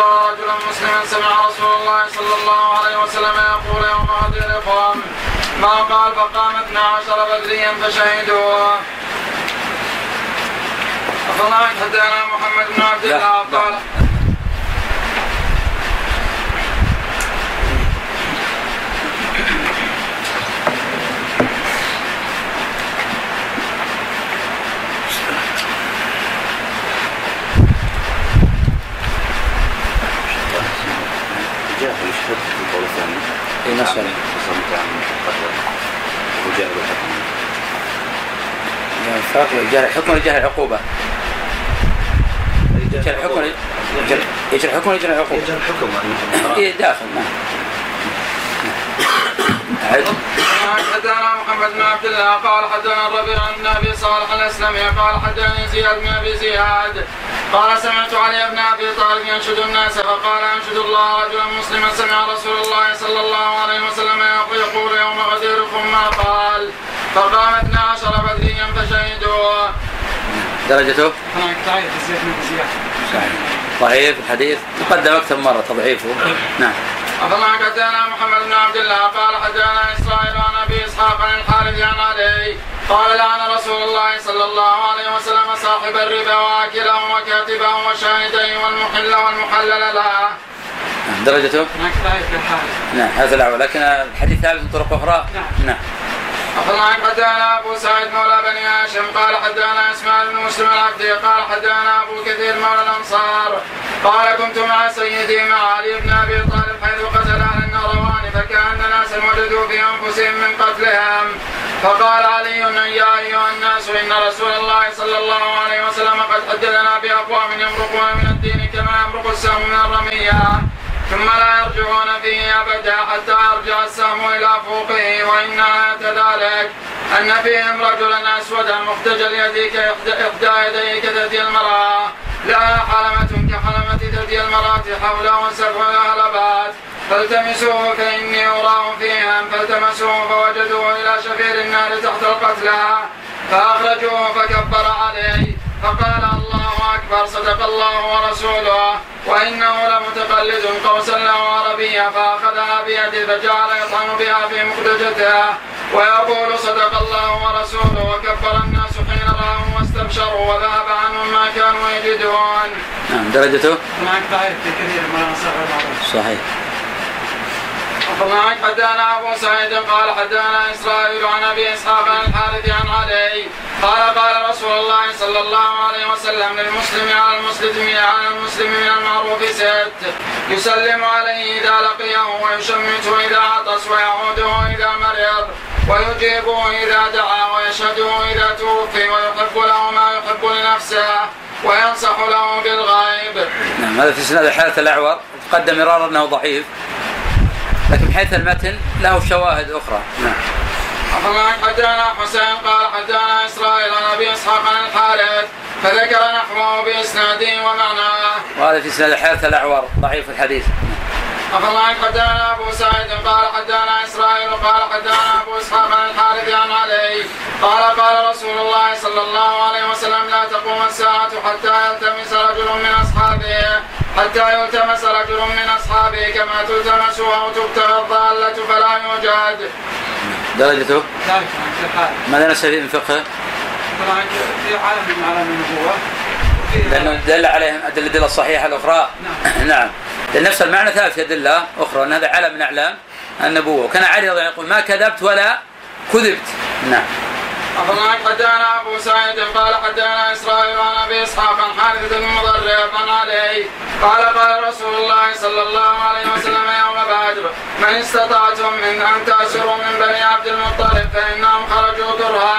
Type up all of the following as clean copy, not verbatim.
الله رجلا مسلما سمع رسول الله صلى الله عليه وسلم يقول يوم غدير الإخوان ما قال فقام 12 بدريا فشهدوا. أخبرنا حدثنا محمد بن عبد الله قال يجري الحكم يجري العقوبة. يجري الحكم يجري الحكم يجري العقوبة. يجري الحكم إيه داخل. حدثنا محمد بن عبد الله قال حدثنا الربيع بن ابي صالح الاسلمي قال حدثني زياد بن ابي زياد قال سمعت علي بن ابي طالب ينشد الناس فقال انشد الله رجلا مسلما سمع رسول الله صلى الله عليه وسلم يقول يوم غديركم ما قال فقام 12 بدريا فشهدوا. درجته صحيح ضعيف الحديث تقدم أكثر مرة تضعيفه. نعم. أخبرنا حدثنا محمد بن عبد الله قال حدثنا إسرائيل عن أبي إسحاق عن الحارث عن علي قال لعن رسول الله صلى الله عليه وسلم صاحب الربا وآكله وكاتبه وشاهديه والمحل والمحلل له. درجته؟ نعم هذا الأول لكن الحديث ثابت من طرق أخرى. نعم. أخبرنا حدثنا أبو سعيد مولى بني هاشم قال حدثنا إسماعيل بن مسلم العبدي قال حدثنا أبو كثير مولى الأنصار قال كنت مع سيدي مع علي بن أبي طالب حيث قتل أهل النهروان فكأن ناسا وجدوا في أنفسهم من قتلهم فقال علي يا أيها الناس إن رسول الله صلى الله عليه وسلم قد حدثنا بأقوام يمرقون من الدين كما يمرق السهم من الرمية ثم لا يرجعون فيه أبدا حتى يرجع السهم إلى فوقه وإن آية ذلك أن فيهم رجلا أسودا مختجل يديك إحدى يديه كثدي المرأة لها حلمة كحلمة ثدي المرأة حوله 7 هلبات فالتمسوه فإني أراهم فيهم فالتمسوه فوجدوه إلى شفير النار تحت القتلى فأخرجوه فكبر عليه فقال الله أكبر صدق الله ورسوله وإنه لمتقلد قوسا له عربية فأخذها بيده فجعل يطعن بها في مخدجته ويقول صدق الله ورسوله وكبر الناس حين رأوا واستبشروا وذهب عنهم ما كانوا يجدون. نعم درجته؟ هناك ضعيف كثير من صحيح. أخبرنا حدثنا أبو سعيد قال حدثنا إسرائيل عن أبي إسحاق عن الحارث عن علي قال رسول الله صلى الله عليه وسلم للمسلم على المسلم من المعروف 6 يسلم عليه إذا لقيه ويشمته إذا عطس ويعوده إذا مرض ويجيبه إذا دعا ويشهده إذا توفي ويحب له ما يحب لنفسه وينصح له بالغيب. نعم هذا في سند الحارث الأعور تقدم مرارا أنه ضعيف لكن حيث المتن له شواهد أخرى. نعم. أخبرنا حدثنا حسين قال حدثنا إسرائيل عن أبي إسحاق عن الحارث فذكر نحوه بإسناده ومعناه. وهذا في سند الحارث الأعور ضعيف الحديث. أخبرنا حدثنا أبو سعيد قال حدثنا إسرائيل قال حدثنا أبو إسحاق عن الحارث عن علي قال رسول الله صلى الله عليه وسلم لا تقوم الساعة حتى يلتمس رجل من أصحابه كما تلتمس أو تبتغى الضالة فلا يوجد. درجته؟ ماذا نستفيد من فقه؟ في عالم من عالم النبوة لأنه دل عليهم الأدلة الصحيحة الأخرى. نعم لأن نفس المعنى ثابت أدلة أخرى أن هذا علم من أعلام النبوة وكان علي رضي الله عنه يقول ما كذبت ولا كذبت. نعم. أخبرنا حدثنا أبو سعيد قال حدثنا إسرائيل عن أبي إسحاق عن حارث بن مضرب عن علي قال رسول الله صلى الله عليه وسلم يوم بدر من استطعتم من أن تأسروا من بني عبد المطلب فإنهم خرجوا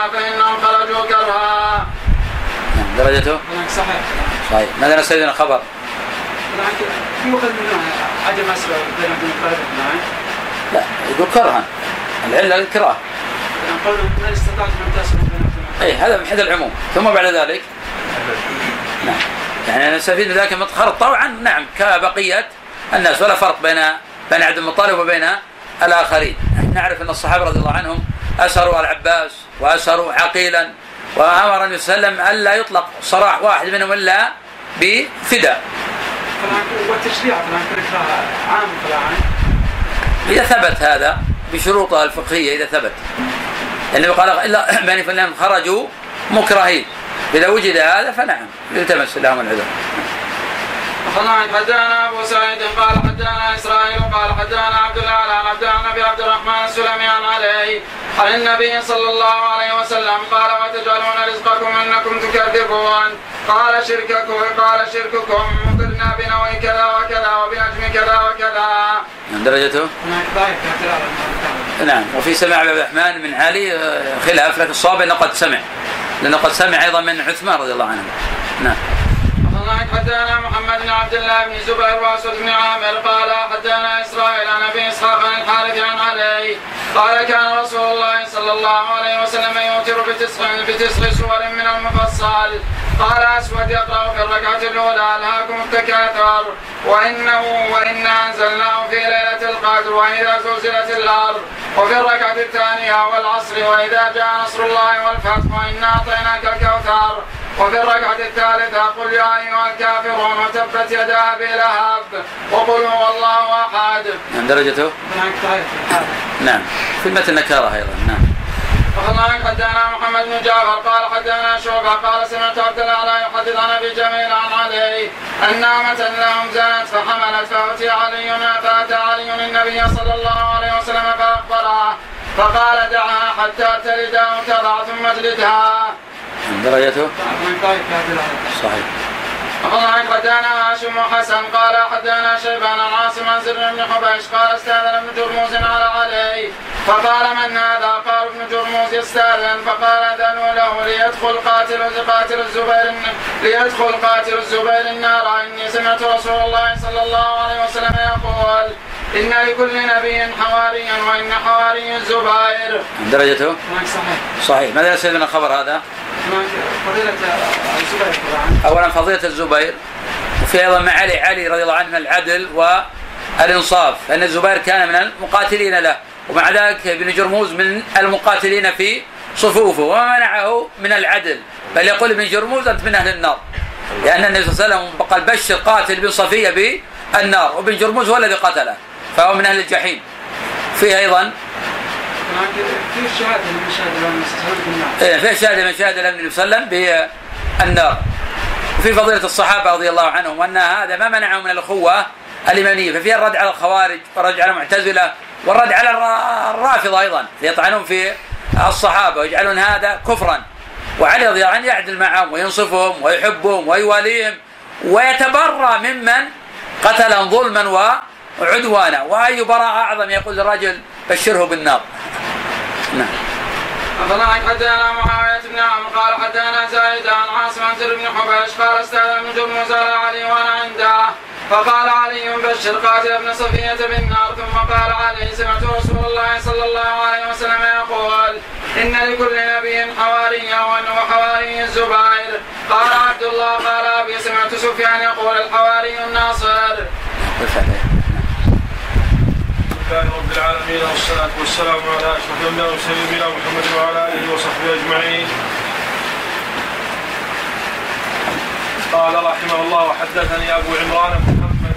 كرها. درجته؟ صحيح. ماذا نستفيد من الخبر؟ يؤخذ منه عدم أسرع بين عبد المطلب لا يقول كرها العلة الكراهة. قوله من استطعتم أن تأسروا بين عبد المطلب. أي هذا من حد العموم ثم بعد ذلك نعم يعني نستفيد من ذلك المتخرط طبعا نعم كبقية الناس ولا فرق بين عبد المطلب وبين الآخرين. نعرف أن الصحابة رضي الله عنهم أسروا العباس وأسروا عقيلا وأمر النبي صلى الله عليه وسلم ألا يطلق صراح واحد منهم إلا بفداء والتشريع عام إذا ثبت هذا بشروطها الفقهية، إذا ثبت يعني قال إلا بني فلان خرجوا مكرهين، إذا وجد هذا فنعم يلتمس لهم العذر. حدثنا أبو سعيد قال حدثنا إسرائيل قال حدثنا عبد الله عن عبد الله بن عبد الرحمن السلمي عليه عن النبي صلى الله عليه وسلم قال وتجعلون رزقكم أنكم تكذبون قال شرككم مطرنا بنوي كذا وكذا وبنجم كذا وكذا. من درجته؟ نعم. وفي سماع عبد الرحمن من علي خلاف، لكن الصواب أنه قد سمع، لأنه قد سمع أيضا من عثمان رضي الله عنه. نعم. حدثنا محمد بن عبد الله بن زبير واسود بن عامر قال حدثنا اسرائيل عن ابي اسحاق عن الحارث عن علي قال كان رسول الله صلى الله عليه وسلم يوتر بتسع سور من المفصل قال اسود يقرا في الركعه الاولى الهاكم التكاثر وانا انزلناه في ليله القدر واذا زلزلت الارض وفي الركعه الثانيه والعصر واذا جاء نصر الله والفتح وانا اعطيناك الكوثر وفي الركعة الثالثة قل يا أيها الكافرون وتبت يدا أبي لهب وقل هو الله أحد. من درجته؟ نعم. في المتن نكارة أيضا. نعم. حدثنا محمد بن جعفر قال حدثنا شعبة قال سمعت عبد الله يحدث عن أبي جميل عن علي أن أمة لهم زنت فحملت فأتى علي النبي صلى الله عليه وسلم فأخبرها فقال دعها حتى تلد أو تضع ثم اجلدها. من درجته؟ صحيح. حدثنا هاشم حسن قال حدثنا شيبان عن عاصم عن زر بن حبيش قال استاذن ابن جرموز على علي فقال من هذا؟ قال ابن جرموز يستاذن فقال اذنوا له ليدخل قاتل الزبير النار اني سمعت رسول الله صلى الله عليه وسلم يقول ان لكل نبي حواريا وان حواري الزبير. من درجته؟ صحيح. ماذا يصير من الخبر هذا؟ فضيلة الزبير. أولا فضيلة الزبير، وفي أيضا مع علي رضي الله عنه من العدل والإنصاف، لأن الزبير كان من المقاتلين له، ومع ذلك ابن جرموز من المقاتلين في صفوفه وما منعه من العدل، بل يقول ابن جرموز أنت من أهل النار، لأن النبي صلى الله عليه وسلم قال بشر قاتل بن صفية بالنار، وابن جرموز هو الذي قتله فهو من أهل الجحيم. فيه أيضا في شهادة من شهادة النبي صلى الله عليه وسلم بالنار. وفي فضيلة الصحابة رضي الله عنهم وأن هذا ما منعه من الأخوة الإيمانية، ففيها الرد على الخوارج والرد على المعتزلة والرد على الرافضة أيضا يطعنون في الصحابة ويجعلون هذا كفرا، وعلي رضي الله عنه يعدل معهم وينصفهم ويحبهم ويواليهم ويتبرى ممن قتلهم ظلما وعدوانا، وأي براءة أعظم يقول الرجل بشره بالنار. نعم. حدثنا معاوية بن عمرو قال حدثنا زايد عن عاصم عن زر بن حبيش قال استاذن ابن جرموز على علي وانا عنده فقال علي بشر قاتل ابن صفية بالنار، ثم قال علي سمعت رسول الله صلى الله عليه وسلم يقول ان لكل نبي حواريا وحواري الزبير. قال عبد الله قال ابي سمعت سفيان يقول الحواري الناصر. رب العالمين والصلاة والسلام على أشرف الأنبياء والمرسلين نبينا محمد وعلى آله وصحبه أجمعين. قال رحمه الله وحدثني أبو عمران محمد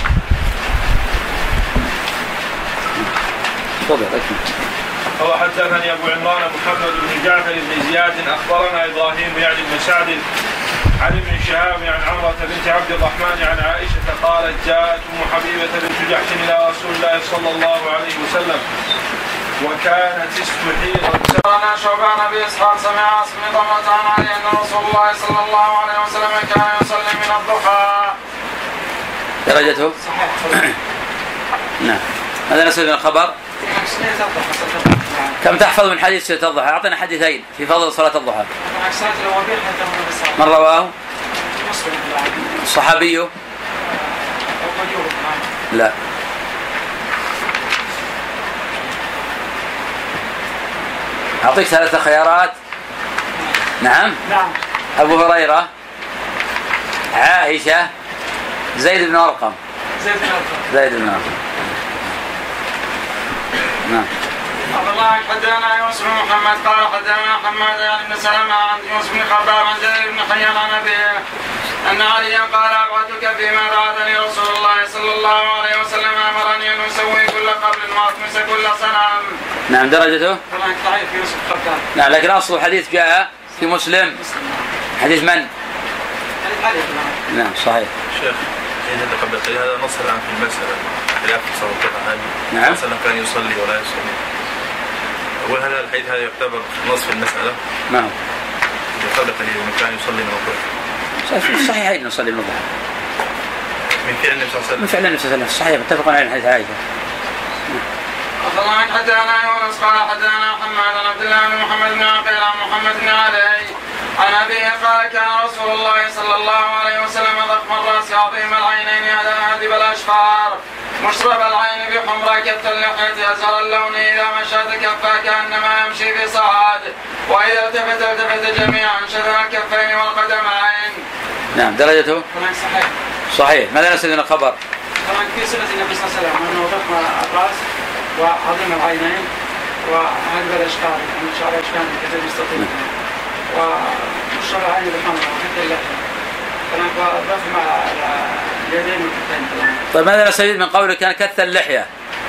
وحدثني أبو عمران محمد بن جعفر بن زياد أخبرنا إبراهيم يعني بن سعد عن ابن شهاب عن عمرة بنت عبد الرحمن عن عائشة قالت جاءت أم حبيبة بنت جحش إلى رسول الله صلى الله عليه وسلم وكانت استحيضت. أنا شعبان أبي إسحاق سمع عاصم بن ضمرة عن علي أن رسول الله صلى الله عليه وسلم كان يصلي من الضحى. درجته؟ صحيح. نعم. هذا نسبة من الخبر. كم تحفظ من حديث صلاة الضحى؟ أعطنا حديثين في فضل صلاة الضحى. من رواه؟ الصحابي؟ لا. أعطيك 3 خيارات. نعم. أبو هريرة، عائشة، زيد بن أرقم. زيد بن أرقم. نعم. الله حدثنا يوسف بن محمد قال حدثنا حماد بن سلمة عن يوسف بن خباب عن جرير بن حيان عن أبيه أن عليا قال أبعثك فيما بعثني رسول الله صلى الله عليه وسلم أمرني أن أسوي كل قبر وأطمس كل صنم. نعم درجته؟ طبعا ضعيف في يوسف القردان. نعم لكن أصل الحديث جاء في مسلم. حديث من؟ حديث نعم صحيح. شيخ هذا قبل قليل هذا نص الآن في المسألة خلاف تصور نعم. مثلا كان يصلي ولا يصلي. أقول هذا الحديث هذا يعتبر نص في المسألة. ما هو؟ قبل قليل من كان يصلي من الظهر. صحيح نصلي من الظهر. من فعل النبي صلى الله عليه وسلم. من فعل النبي صلى الله عليه وسلم صحيح متفق على حديث عائشة. أخبرنا حدثنا يونس قال حدثنا محمد بن عبد الله بن محمد بن عقيل عن محمد بن علي عن أبيه قال كان رسول الله صلى الله عليه وسلم ضخم الرأس عظيم العينين هادب الأشفار مشرب العين بحمرة كث اللحية أزهر اللون إذا مشى تكفى كأنما يمشي في صعاد وإذا التفت جميعا شذر الكفين والقدمين. نعم درجته؟ صحيح. صحيح. ماذا نسأل من الخبر؟ طبعا في سنة النبي صلى الله عليه وسلم أنه ضخم الرأس وعظيم العينين وهادب الأشفار يعني شعر الأشفار كثير يستطيع ومشرب العين بحمرة وكث اللحية ضخم اليدين والكفين. طيب ماذا نستفيد من قولك كان كث اللحية؟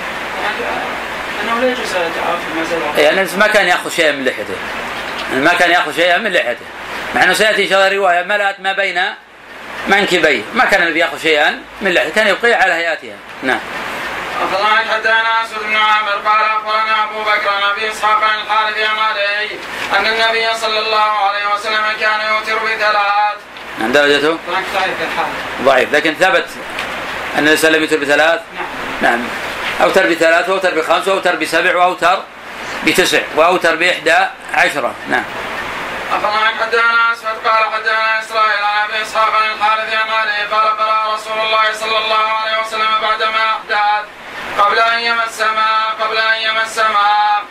أنه لا يجوز في المسألة. يعني ما كان يأخذ شيئا من لحيته. ما كان يأخذ شيئا من لحيته. مع أنه سيأتي إن شاء الله رواية ملأت ما بين منكبيه ما كان النبي يأخذ شيئا من لحيته كان يبقي على هيئاتها. نعم. أخبرنا حدثنا أسود بن عامر قال أخبرنا أبو بكر عن أبي إسحاق عن الحارث عن علي أن النبي صلى الله عليه وسلم كان يوتر بثلاث. نعم درجته؟ ضعيف لكن ثبت أن النبي صلى الله عليه وسلم يوتر بثلاث. نعم. أوتر بثلاث وأوتر بخمس وأوتر بسبع وأوتر بتسع وأوتر ب11. نعم. أخبرنا حدثنا أسود قال حدثنا إسرائيل عن أبي إسحاق عن الحارث عن علي قال قرأ رسول الله صلى الله عليه وسلم بعدما أحدث قبل أن يمس ماء.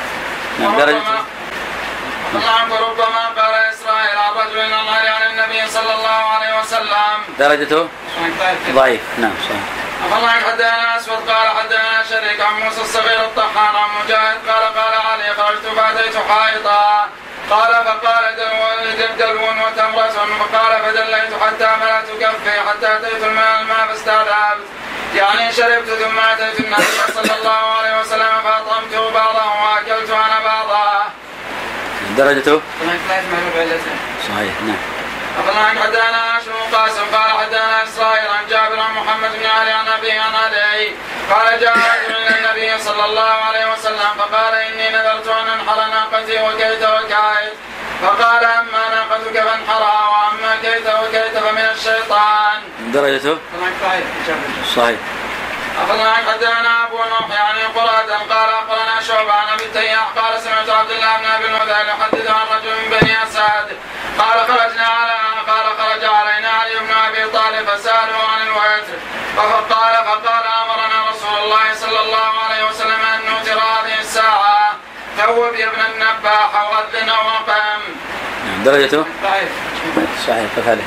وربما قال إسرائيل عن رجل عن النبي صلى الله عليه وسلم. درجته؟ ضعيف. نعم صحيح. أخبرنا حدثنا أسود قال حدثنا شريك عن موسى الصغير الطحان عن مجاهد قال علي خرجت فأتيت حائطا قال فقال دلو وتمرة فقال فدليت حتى ملأت كفي حتى أتيت الماء فاستعذبت يعني شربت ثم أتيت النبي صلى الله عليه وسلم فأطعمته بعضه وأكلت أنا بعضه. درجته؟ صحيح. نعم. أخبرنا حدثنا هاشم قاسم قال حدثنا إسرائيل عن جابر عن محمد بن علي عن أبيه عن علي قال جاء رجل إلى النبي صلى الله عليه وسلم فقال إني نذرت أن أنحر ناقتي وكيت وكايت فقال أما ناقتك فانحرها وأما كيت وكيت فمن الشيطان. درجته؟ صحيح. أخبرنا حدثنا أبو نوح يعني قرادة قال أخبرنا شعبة عن أبي التياح قال سمعت عبد الله بن أبي المذهل يحدث عن رجل من بني أسد قال خرج علينا علي بن أبي طالب فسأله عن الوتر فقال أمرنا رسول الله صلى الله عليه وسلم أن نوتر هذه الساعة ثوب يا ابن النباح وغذن وقم. درجته؟ صحيح. كذلك.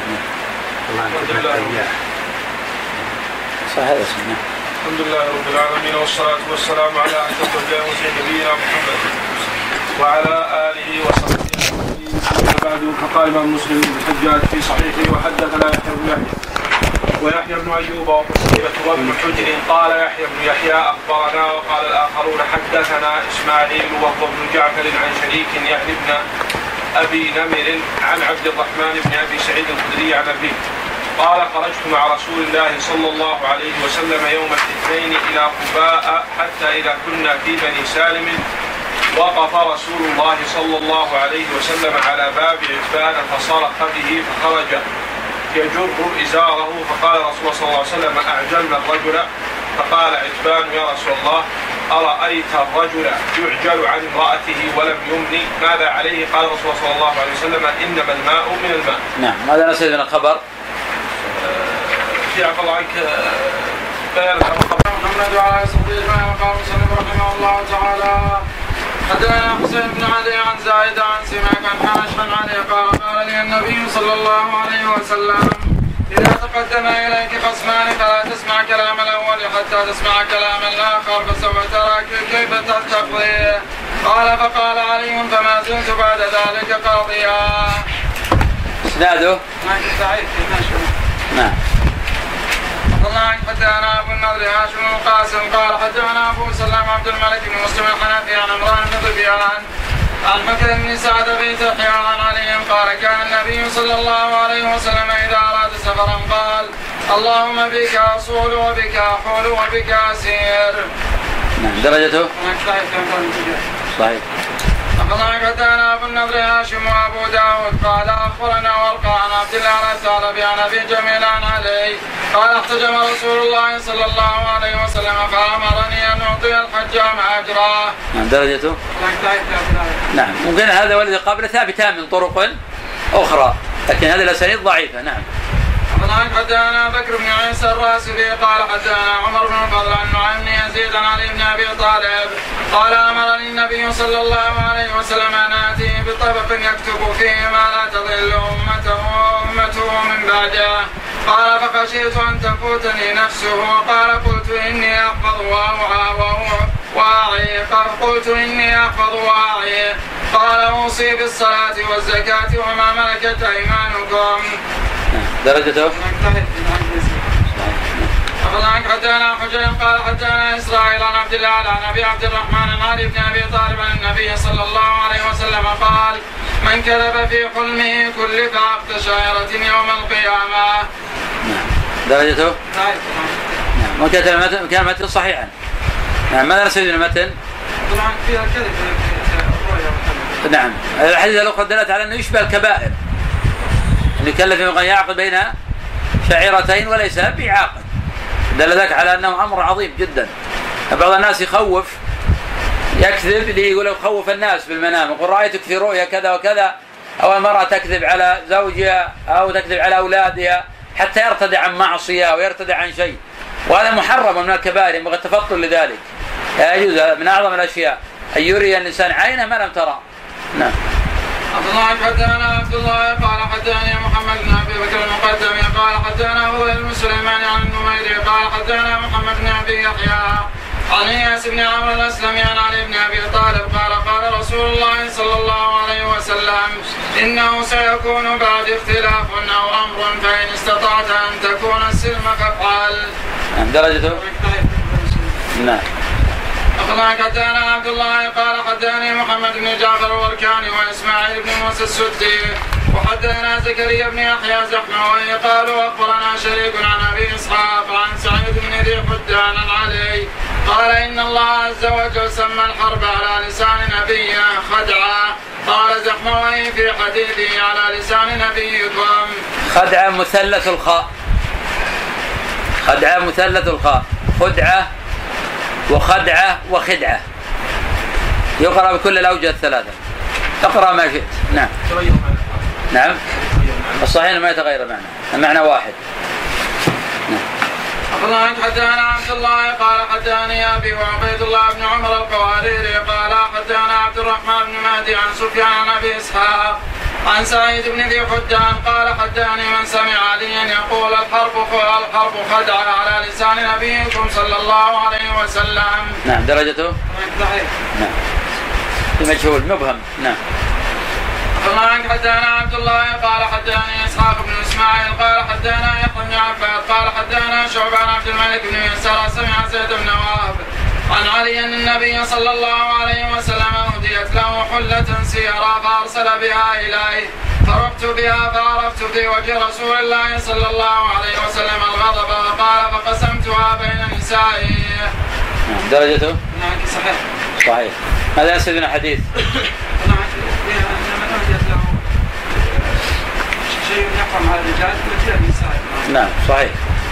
صحيح. الحمد لله رب العالمين والصلاة والسلام على أشرف الأنبياء نبينا محمد وعلى آله وصحبه أجمعين. بعد فقال الإمام مسلم بن الحجاج في صحيحه وحدثنا يحيى بن يحيى ويحيى بن أيوب وقتيبة وابن حجر قال يحيى بن يحيى أخبرنا وقال الآخرون حدثنا إسماعيل وهو بن جعفر عن شريك يعني بن أبي نمر عن عبد الرحمن بن أبي سعيد الخدري عن أبيه قال خرجت مع رسول الله صلى الله عليه وسلم يوم الاثنين إلى قباء حتى إذا كنا في بني سالم وقف رسول الله صلى الله عليه وسلم على باب عتبان فصرخ به فخرج يجر إزاره فقال رسول الله صلى الله عليه وسلم أعجلنا الرجل فقال عتبان يا رسول الله أرأيت الرجل يعجل عن امرأته ولم يمني ماذا عليه؟ قال رسول الله صلى الله عليه وسلم إنما الماء من الماء. نعم. ماذا نسأل من الخبر؟ في عفو عنك بيان محمد وعلى صديق وقال مسلم رحمه الله تعالى حدثنا حسين بن علي عن زايد عن سماك عن حنش عن علي قال لي النبي صلى الله عليه وسلم إذا تقدم إليك خصمان فلا تسمع كلام الأول حتى تسمع كلام الآخر فسوف ترى كيف تقضي. قال فقال علي فما زلت بعد ذلك قاضيا. إسناده ضعيف نعم. الله حدثنا ابو النضر هاشم بن القاسم قال حدثنا ابو سلام عبد الملك بن مسلم الحنفي عن عمران بن ظبيان عن مكر بن سعد بن تحيا عن علي قال كان النبي صلى الله عليه وسلم اذا اراد سفرا قال اللهم بك اصول وبك احول وبك اسير. نعم. درجته صحيح. أخبرنا حدثنا أبو النضر هاشم وأبو داود قال أخبرنا ورقة عن عبد الله عن الثعلبي عن أبي جميل عن علي قال احتجم رسول الله صلى الله عليه وسلم فأمرني أن أعطي الحجام أجره. نعم. درجته نعم. ممكن هذا والذي قبله ثابتان من طرق أخرى لكن هذه الأسانيد ضعيفة. نعم. حدثنا بكر بن عيسى الراسبي قال حدثنا عمر بن الفضل عن نعيم بن يزيد عن علي بن ابي طالب قال امرني النبي صلى الله عليه وسلم ان اتيه بطبق يكتب فيه ما لا تضل امته من بعده قال فخشيت ان تفوتني نفسه قال قلت اني احفظ واعي قال اوصي بالصلاه والزكاه وما ملكت ايمانكم. درجته أخبرنا حدثنا حجين قال حدثنا إسرائيل عن عبد الله عن أبي عبد الرحمن عن علي بن أبي طالب عن النبي صلى الله عليه وسلم قال من كذب في حلمه كلف عقد شعيرة يوم القيامة. درجته نعم. وكان المتن صحيحا. نعم. ماذا نستفيد من المتن؟ طبعا فيها كذب نعم. الحديث الأخرى دلت على أنه يشبه الكبائر أن يكلف أن يعقد بين شعيرتين وليس بعاقد. دل ذلك على أنه أمر عظيم جدا. بعض الناس يخوف يكذب ليقول يخوف الناس بالمنام يقول رأيتك في رؤيا كذا وكذا أو المرأة تكذب على زوجها أو تكذب على أولادها حتى يرتدع عن معصية أو يرتدع عن شيء وهذا محرم من الكبائر ينبغي التفطن لذلك. لا يجوز من أعظم الأشياء أن يري الإنسان عينه ما لم ترى. نعم. عبد الله حدثنا عبد الله قال حدثني محمد بن ابي بكر المقدمي قال حدثنا فضيل بن سليمان عن النميري قال حدثنا محمد بن ابي يحيى عن اياس بن عمرو الاسلمي عن علي بن ابي طالب قال قال رسول الله صلى الله عليه وسلم انه سيكون بعد اختلاف او امر فان استطعت ان تكون السلم فافعل. درجته نعم. أخبرنا حدثنا عبد الله قال حدثني محمد بن جعفر الوركاني وإسماعيل بن موسى السدي وحدثنا زكريا بن يحيى زحموي قالوا أخبرنا شريك عن أبي إسحاق عن سعيد بن ذي حدان عن علي قال إن الله عز وجل سمى الحرب على لسان نبيه خدعة. قال زحموي في حديثه على لسان نبيكم خدعة مثلث الخاء. خدعة مثلث الخاء خدعة وخدعة وخدعة يقرأ بكل الأوجه الثلاثة. تقرأ ما شئت. نعم. نعم. الصحيح ما يتغير معنى المعنى واحد. نعم. أخبرنا حدثنا عبد الله قال حدثني أبي وعبيد الله بن عمر القواريري قال حدثنا عبد الرحمن بن مهدي عن سفيان عن أبي إسحاق عن سعيد بن ذي حدان قال حدثني من سمع عليا يقول الحرب خدعة على لسان نبيكم صلى الله عليه وسلم. نعم. درجته نعم. المجهول مبهم. نعم. أخبرنا حدثنا عبد الله قال حدثني إسحاق بن إسماعيل قال حدثنا يحيى بن عباد قال حدثنا شعبة عن عبد الملك بن يسار سمع زيد بن وهب عن علي أن النبي صلى الله عليه وسلم أهديت له حلة سيرا فأرسل بها إليه فرحت بها فعرفت في وجه رسول الله صلى الله عليه وسلم الغضب فقال فقسمتها بين نسائي. درجته نعم صحيح. صحيح. ماذا ينسب من الحديث؟ شيء يحرم على الرجال مثل النساء. نعم صحيح.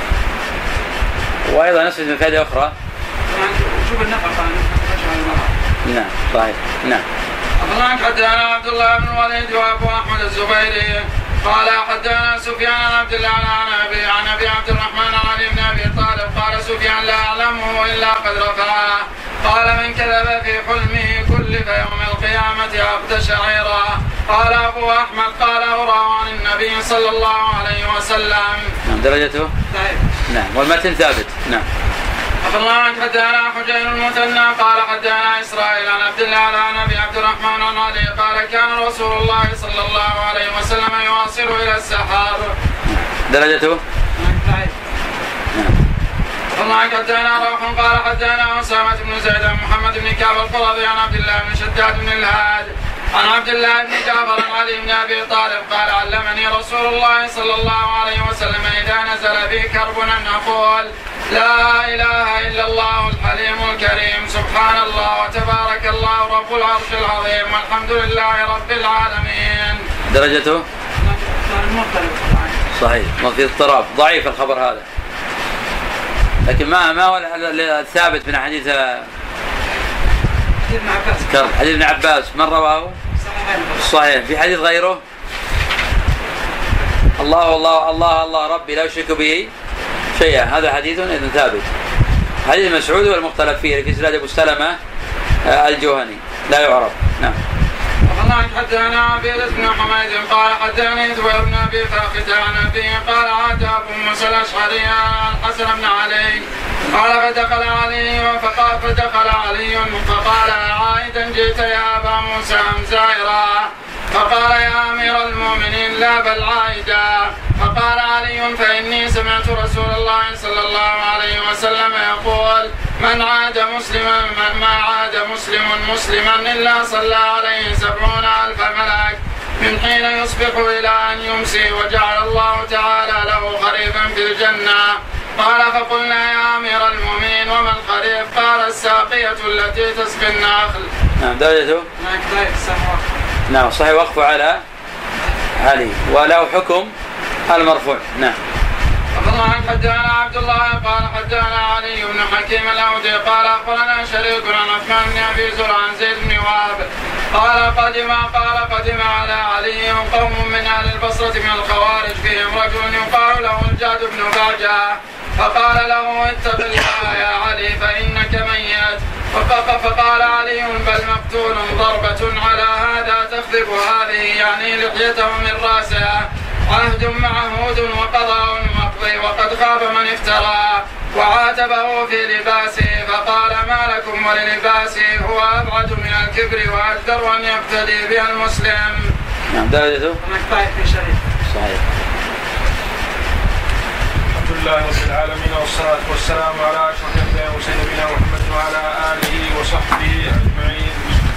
وأيضا نسبة من فائدة أخرى وجوب النفقة على المرأة. نعم صحيح. نعم. أخبرنا حدثنا عبد الله بن الوليد وأبو أحمد الزبيري قال حدثنا سفيان عن عبد الله عن أبي عبد الرحمن عن علي بن أبي طالب قال سفيان لا أعلمه إلا قد رفعه قال من كذب في حلمه كلف يوم القيامة عقد شعيرة. قال أبو أحمد قال أراه عن النبي صلى الله عليه وسلم. نعم. درجته طيب. نعم. والمتن ثابت. نعم. الله عنك حدثنا حجين المثنى قال حدثنا إسرائيل عن عبد الله عن أبي عبد الرحمن عن علي قال كان رسول الله صلى الله عليه وسلم يواصل إلى السحار. درجته؟ الله عنك حدثنا روح قال حدثنا أسامة بن زيد عن محمد بن كعب القرظي عن عبد الله بن شداد بن الهاد عن عبد الله بن جعفر عن علي بن أبي طالب قال علمني رسول الله صلى الله عليه وسلم إذا نزل بي كرب أن أقول لا إله إلا الله الحليم الكريم سبحان الله وتبارك الله رب العرش العظيم والحمد لله رب العالمين. درجته؟ صحيح، ما في اضطراب، ضعيف الخبر هذا، لكن ما هو الثابت من حديث حديث ابن عباس من رواه؟ صحيح. في حديث غيره الله الله الله الله ربي لا يشرك به شيئا، هذا حديث إذن ثابت. حديث مسعود والمختلف فيه في إسناد أبو سلمة الجهني لا يعرف. نعم. الله عنك حدثنا عبيد بن حميد قال حدثني زهير بن ابي فاخته عن ابيه قال عاد ابو موسى الاشعري عن الحسن بن علي قال فدخل علي فقال عائدا جئت يا ابا موسى ام زائرا؟ فقال يا امير المؤمنين لا بل عائدا. فقال علي فاني سمعت رسول الله صلى الله عليه وسلم يقول من عاد مسلما ما عاد مسلما الا صلى عليه 70,000 ملك من حين يصبح الى ان يمسي وجعل الله تعالى له خريفا في الجنه. قال فقلنا يا امير المؤمنين وما الخريف؟ قال الساقيه التي تسقي النخل. نعم. درجته؟ نعم صحيح، وقف على علي وله حكم المرفوع. نعم. الله عنك حدثنا عبد الله قال حدثنا علي بن حكيم الاودي قال اخبرنا شريك عن عثمان بن ابي زرع عن زيد بن وهب قال قدم على علي قوم من اهل البصره من الخوارج فيهم رجل يقال له الجعد بن باجه فقال له اتق الله يا علي فانك ميت. فقال علي بل مقتول ضربه على هذا تخذف هذه يعني لحيته من راسه عهد معهود وقضاء مقضي وقد خاب من افترى. وعاتبه في لباسه فقال ما لكم وللباسه هو ابعد من الكبر واجدر ان يقتدي بها المسلم. نعم. درجته؟ صحيح. الحمد لله رب العالمين والصلاة والسلام على أشرف الأنبياء وسيدنا محمد وعلى آله وصحبه أجمعين.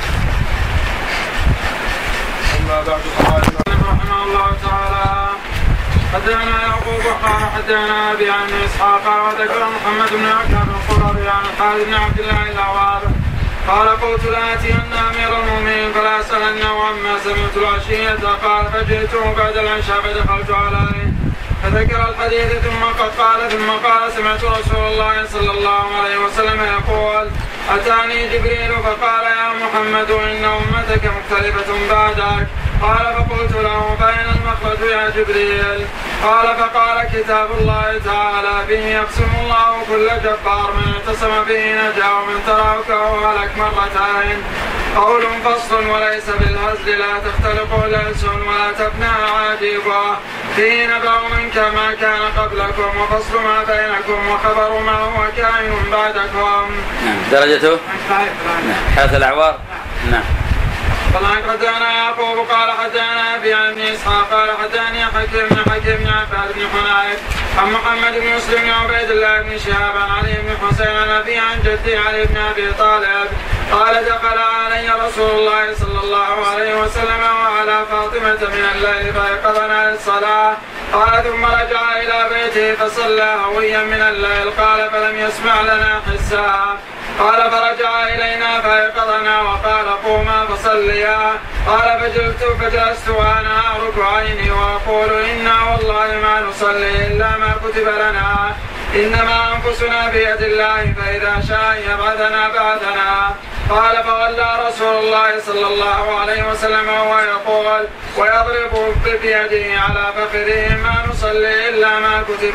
أما بعد فقال رحمه الله تعالى حدثنا يعقوب قال حدثنا ابي عن اسحاق وذكر محمد بن عكاب القرظي عن خالد بن عبد الله الاعواب قال قلت لاتين امير المؤمنين فلا اسالنه عما سمعت العشيه قال فجئته بعد العشاء فدخلت عليه فذكر الحديث ثم قال سمعت رسول الله صلى الله عليه وسلم يقول اتاني جبريل فقال يا محمد ان امتك مختلفه بعدك. قال فقلت له فأين المخرج يا جبريل؟ قال فقال كتاب الله تعالى به يقسم الله كل جبار من اعتصم به نجا ومن تركه هلك مرتين. قول فصل وليس بالهزل لا تختلق الألسن ولا تفنى عاجيبه فيه نبأ من كما كان قبلكم وفصل ما بينكم وخبر ما هو كائن بعدكم. درجته؟ هذا الأعوار. نعم. الله حدثنا يعقوب قال حدثنا ابي عن ابن اسحاق قال حدثني حكيم بن عباد بن حنيف عن محمد بن مسلم بن عبيد الله بن شهاب عن علي بن حسين عن ابي عن جدي علي بن ابي طالب قال دخل علي رسول الله صلى الله عليه وسلم وعلى فاطمه من الليل فايقظنا للصلاه قال ثم رجع الى بيته فصلى هويا من الليل قال فلم يسمع لنا حسا قال فرجع إلينا فأيقظنا وقال قوما فصليا قال فجلست وأنا أعرك عيني وأقول إنا والله ما نصلي إلا ما كتب لنا إنما أنفسنا بيد الله فإذا شاء يبعثنا بعثنا. قال فولى رسول الله صلى الله عليه وسلم وهو يقول ويضرب بيده على فخذه ما نصلي إلا ما كتب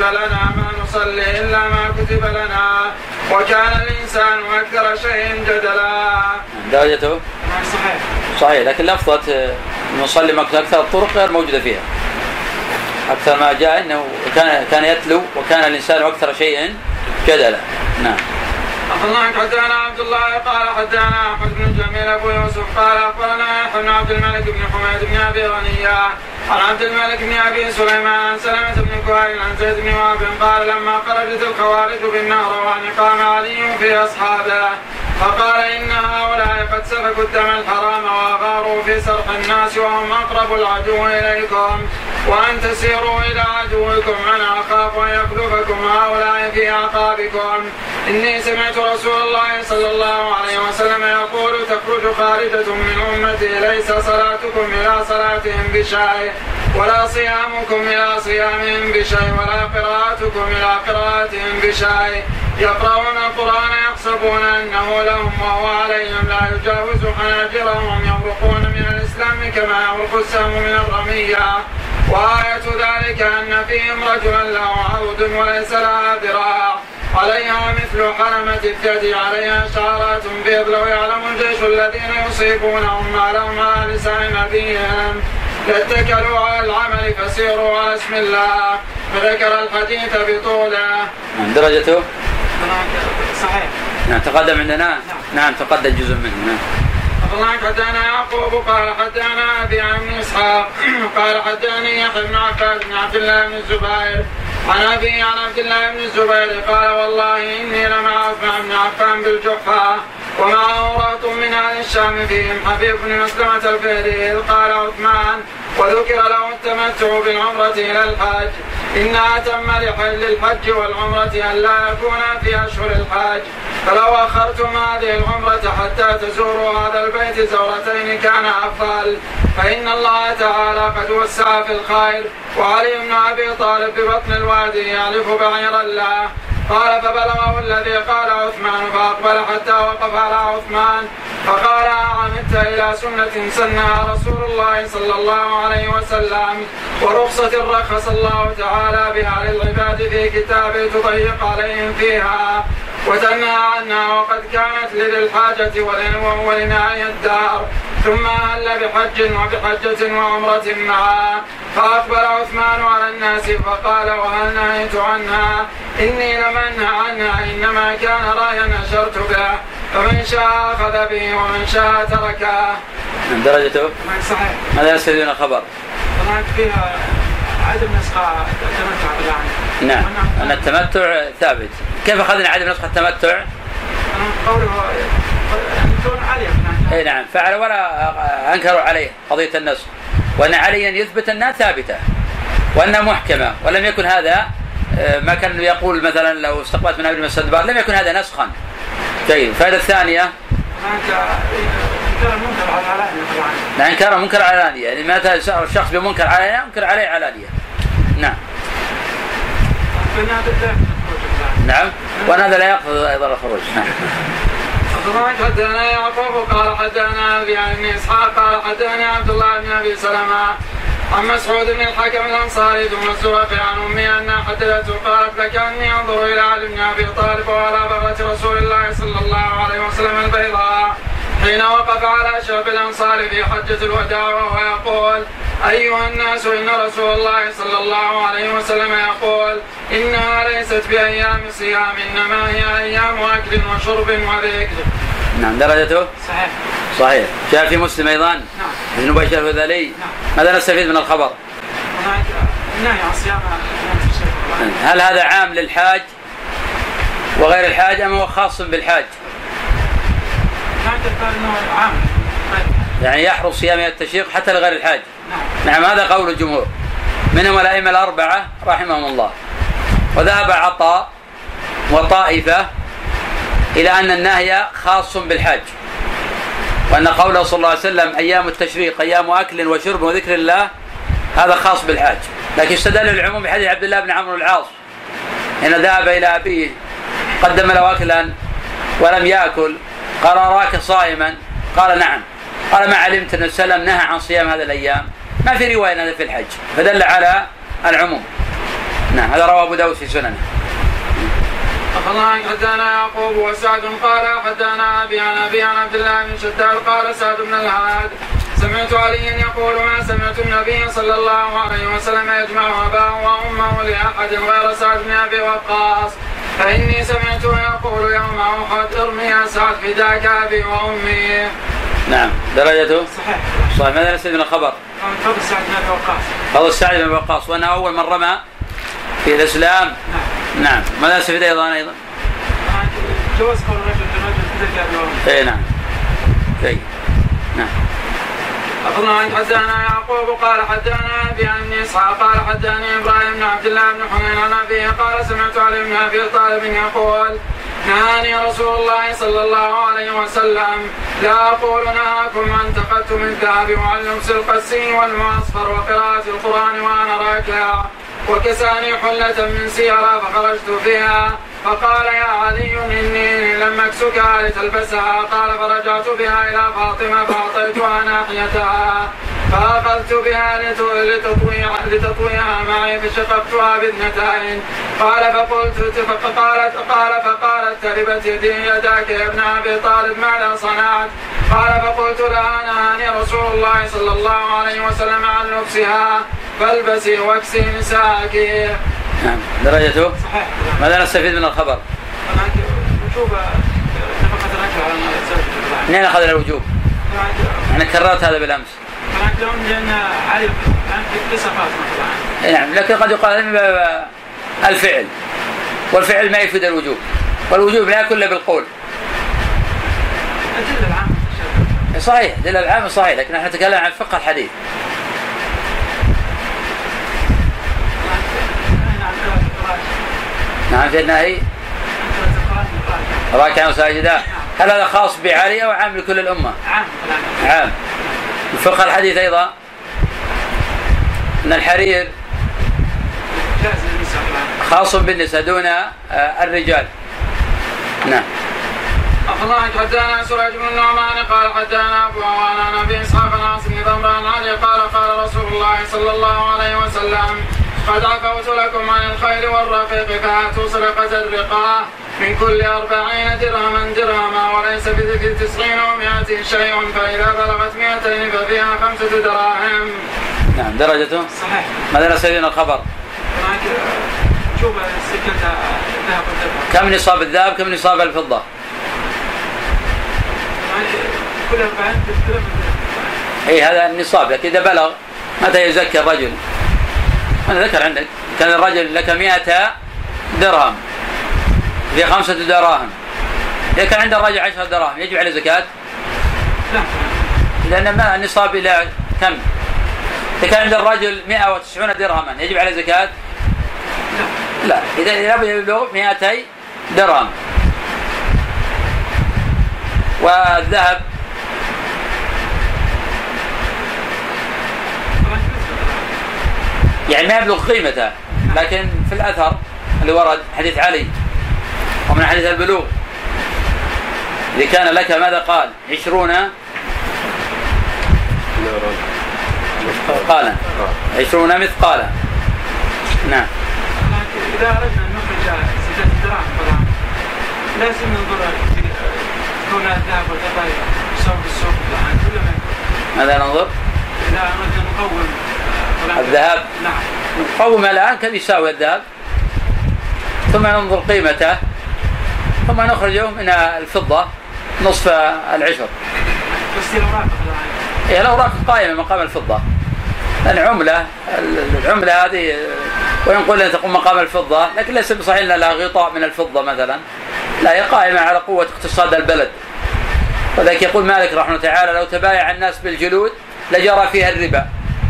لنا وكان الإنسان أكثر شيء جدلا. درجته؟ صحيح لكن لفظة نصلي أكثر الطرق غير موجودة فيها. أكثر ما جاء أنه كان يتلو وكان الإنسان أكثر شيء جدلا. نعم. أخبرنا حدثنا عبد الله قال حدثنا أحمد بن جميل أبو يوسف قال أخبرنا يحيى بن عبد الملك بن حميد بن أبي غنية عن عبد الملك بن أبي سليمان عن سلمة بن كهيل عن زيد بن وهب قال لما خرجت الخوارج بالنهروان قام علي في أصحابه فقال إن هؤلاء قد سفكوا الدم الحرام وأغاروا في سرح الناس وهم أقرب العدو إليكم وأن تسيروا إلى عدوكم أنا أخاف أن يخلفكم هؤلاء في أعقابكم. إني سمعت رسول الله صلى الله عليه وسلم يقول تخرج خارجة من أمتي ليس صلاتكم إلى صلاتهم بشيء ولا صيامكم إلى صيامهم بشيء ولا قراءتكم إلى قراءتهم بشيء يقرؤون القرآن يحسبون أنه لهم وهو عليهم لا يجاوز حناجرهم يمرقون من الإسلام كما يمرق السهم من الرمية. وآية ذلك أن فيهم رجلا له عود وليس لها ذراع عليها مثل حرمة الثدي عليها شعرات بيض لو يعلم الجيش الذين يصيبونهم ما لهم على لسان نبيهم لاتكلوا على العمل فسيروا على اسم الله. فذكر الحديث بطوله. درجته صحيح. نعم تقدم عندنا. نعم تقدم جزء منه. الله حدثنا يعقوب قال حدثنا أبي عن إسحاق قال حدثني يحيى بن عباس بن عبد الله بن الزبير عن أبي عن عبد الله بن الزبير قال والله إني لمع عثمان بن عفان بالجحفة ومعه رهط من أهل الشام فيهم حبيب بن مسلمة الفهري قال عثمان وذكر له التمتع بالعمرة إلى الحج إنها تم للحج والعمرة أن لا يكون في أشهر الحج فلو أخرتم هذه العمرة حتى تزوروا هذا البيت زورتين كان أفضل فإن الله تعالى قد وسع في الخير. وعلي بن أبي طالب ببطن الوادي يعرف بعيرا له قال فبلغه الذي قال عثمان فأقبل حتى وقف على عثمان فقال عمدت إلى سنة سنها رسول الله صلى الله عليه وسلم ورخصة رخص الله تعالى بها للعباد في كتابه تضيق عليهم فيها وتنهى عنها وقد كانت للحاجة ولنهاية الدار ثم أهل بحج وبحجة وعمرة معها. فأقبل عثمان على الناس فقال وهل نهيت عنها إني لم أنه عنها إنما كان رايا نشرت به فمن شاء أخذ به ومن شاء تركه. من درجته؟ صحيح. ماذا يستفيدون خبر؟ طبعا فيها عدم نسخة التمتع بالعين. نعم أن التمتع ثابت. كيف أخذنا عدم نسخة التمتع؟ قوله يكون عليه. اي نعم فعل ولا أنكروا عليه قضية النسخ وأن عليا يثبت أنها ثابتة وأنها محكمة ولم يكن هذا ما كان يقول مثلا لو استقبلت من أبن مسدبار لم يكن هذا نسخا. جيد. الفائدة الثانية إنكار منكر علانية يعني متى الشخص بمنكر علانية منكر عليه علانية. نعم. نعم وأن هذا لا يقصد أيضا الخروج. نعم. حدثنا يعقوب قال حدثنا أبي عن إسحاق قال حدثنا عبد الله بن أبي سلمة عن مسعود بن الحكم الأنصاري ثم الزرقي عن أمي أنها حدثته قالت لك أني أنظر إلى علي بن أبي طالب وعلى بغلة رسول الله صلى الله عليه وسلم البيضاء حين وقف على شعب الأنصار في حجة الوداع وهو يقول أيها الناس إن رسول الله صلى الله عليه وسلم يقول إنها ليست بأيام صيام إنما هي أيام أكل وشرب وذكر. نعم درجته؟ صحيح. صحيح. جاء في مسلم أيضا. نعم. ابن بشر الهذلي. نعم. ماذا نستفيد من الخبر؟ النهي عن صيام. هل هذا عام للحاج وغير الحاج أم هو خاص بالحاج؟ عام. يعني يحرص صيام التشريق حتى لغير الحاج. نعم هذا قول الجمهور منهم الأئمة الأربعة رحمهم الله. وذهب عطاء وطائفة إلى أن النهي خاص بالحاج وأن قوله صلى الله عليه وسلم أيام التشريق أيام أكل وشرب وذكر الله هذا خاص بالحاج. لكن استدل العموم بحديث عبد الله بن عمرو العاص حين ذهب إلى أبيه قدم له أكلا ولم يأكل قال أراك صائما قال نعم قال ما علمت أن السلام نهى عن صيام هذه الأيام ما في رواية هذا في الحج فدل على العموم. نعم هذا رواه أبو داود في سننه. أخبرنا حدثنا يعقوب وسعد قال حدثنا أبي عن أبي عن عبد الله بن شداد قال سعد بن الهاد سمعت عليا يقول ما سمعت النبي صلى الله عليه وسلم يجمع أباه وأمه لأحد غير سعد بن أبي وقاص فإني سمعته يقول يوم أحد ارمي يا سعد فداك أبي وأمي. نعم درجته صحيح. صحيح. ماذا نستفيد من الخبر؟ فضل سعد بن أبي وقاص. فضل سعد بن أبي وقاص وأنه أول من رمى في الإسلام. نعم. ماذا نستفيد أيضا؟ جواز قول الرجل للرجل فداك أبي وأمي. إيه نعم. جيد. نعم. أخبرنا عن حدثنا يعقوب قال حدثنا أبي عن إسحاق قال حدثني إبراهيم بن عبد الله بن حنين عن أبيه قال سمعت علي بن أبي طالب يقول نهاني رسول الله صلى الله عليه وسلم لا أقول نهاكم عن تقدم الذهب وعن لبس القسي والمعصفر وقراءة القرآن وأنا راكع وكساني حلة من سيارة فخرجت فيها فقال يا علي إني لم أكسكها لتلبسها قال فرجعت بها إلى فاطمة فأعطيتها ناحيتها فأخذت بها لتطويها معي فشققتها باثنتين قال فقالت تربت يداك يا ابن أبي طالب ماذا صنعت قال فقلت لها نهاني رسول الله صلى الله عليه وسلم عن لبسها فالبسي واكسي نساءك. نعم درجته صحيح. ماذا نستفيد من الخبر؟ وجوب نفقة الرجل على الزوج. منين أخذنا الوجوب؟ أنا كررت هذا بالأمس. لأن علي لسه فاطمة. نعم لكن قد يقال من باب الفعل والفعل ما يفيد الوجوب والوجوب لا يكون بالقول. الدليل العام صحيح دليل العام صحيح لكن نحن نتكلم عن فقه الحديث. نعم في النهي راكعا وساجدا. هل هذا خاص بعلي أو عام لكل الأمة؟ عام. الفقه الحديث أيضا أن الحرير خاص بالنساء دون الرجال. نعم. أخبرنا حدثنا سراج بن النعمان قال حدثنا أبو عوانة عن أبي إسحاق عن عاصم بن ضمران علي قال رسول الله صلى الله عليه وسلم قد عفوت لكم عن الخيل والرفيق فآتوا صدقة الرقاة من كل 40 درهما وليس في 90 و100 شيء فإذا بلغت 200 ففيها 5 دراهم. نعم درجته صحيح. ماذا نستفيد الخبر؟ شوف سكة الذهب والفضة. كم نصاب الذهب كم نصاب الفضة؟ كل 40 درهم. اي هذا النصاب لكن إذا بلغ متى يزكي الرجل؟ أنا ذكر عندك كان الرجل لك 100 درهم في 5 دراهم. إذا كان عند الرجل 10 دراهم يجب عليه زكاة؟ لا. لأن ما النصاب إلى كم؟ إذا كان عند الرجل 190 درهما يجب عليه زكاة؟ لا. إذا يبلغ 200 درهم. والذهب يعني ما يبلغ قيمته لكن في الأثر اللي ورد حديث علي ومن حديث البلوغ إذا كان لك ماذا قال 20 مثقالا 20 مثقالا. نعم. إذا أردنا أن نخرج زكاة الدراهم طبعا لازم ننظر كون الذهب والفضة يساوي بالسوق الآن كل ما يكون. ماذا ننظر؟ إذا أردنا نقوم الذهب. نعم. نقوم الآن كم يساوي الذهب ثم ننظر قيمته ثم نخرجه من الفضة نصف العشر. بس الأوراق هي الأوراق قائمة مقام الفضة لأن العملة هذه وإن قلنا تقوم مقام الفضة لكن ليس بصحيح لها غطاء من الفضة مثلا لا هي قائمة على قوة اقتصاد البلد. وذلك يقول مالك رحمه تعالى لو تبايع الناس بالجلود لجرى فيها الربا.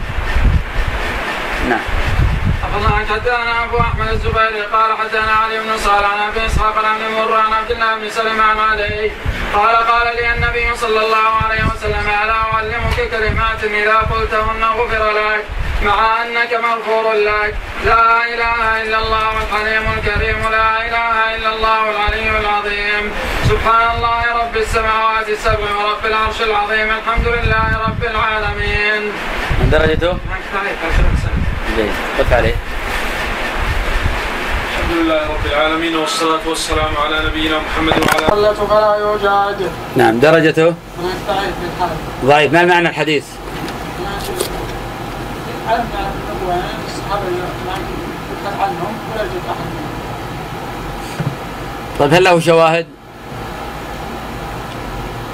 نعم. أخبرنا عن حدثنا أبو أحمد الزبيري قال حدثنا علي بن صالح عن أبي إسحاق عن ابن مرة عن عبد الله بن سلمة عن علي قال لي النبي صلى الله عليه وسلم ألا أعلمك كلمات إذا قلتهن غفر لك مع أنك مغفور لك لا إله إلا الله الحليم الكريم لا إله إلا الله العلي العظيم سبحان الله رب السماوات السبع ورب العرش العظيم الحمد لله رب العالمين. من درجته؟ جيد. قف عليه. الحمد لله رب العالمين والصلاة والسلام على نبينا محمد وعلى صلت فلا يوجد. نعم درجته؟ ضعيف. ما معنى الحديث؟ طيب هل له شواهد؟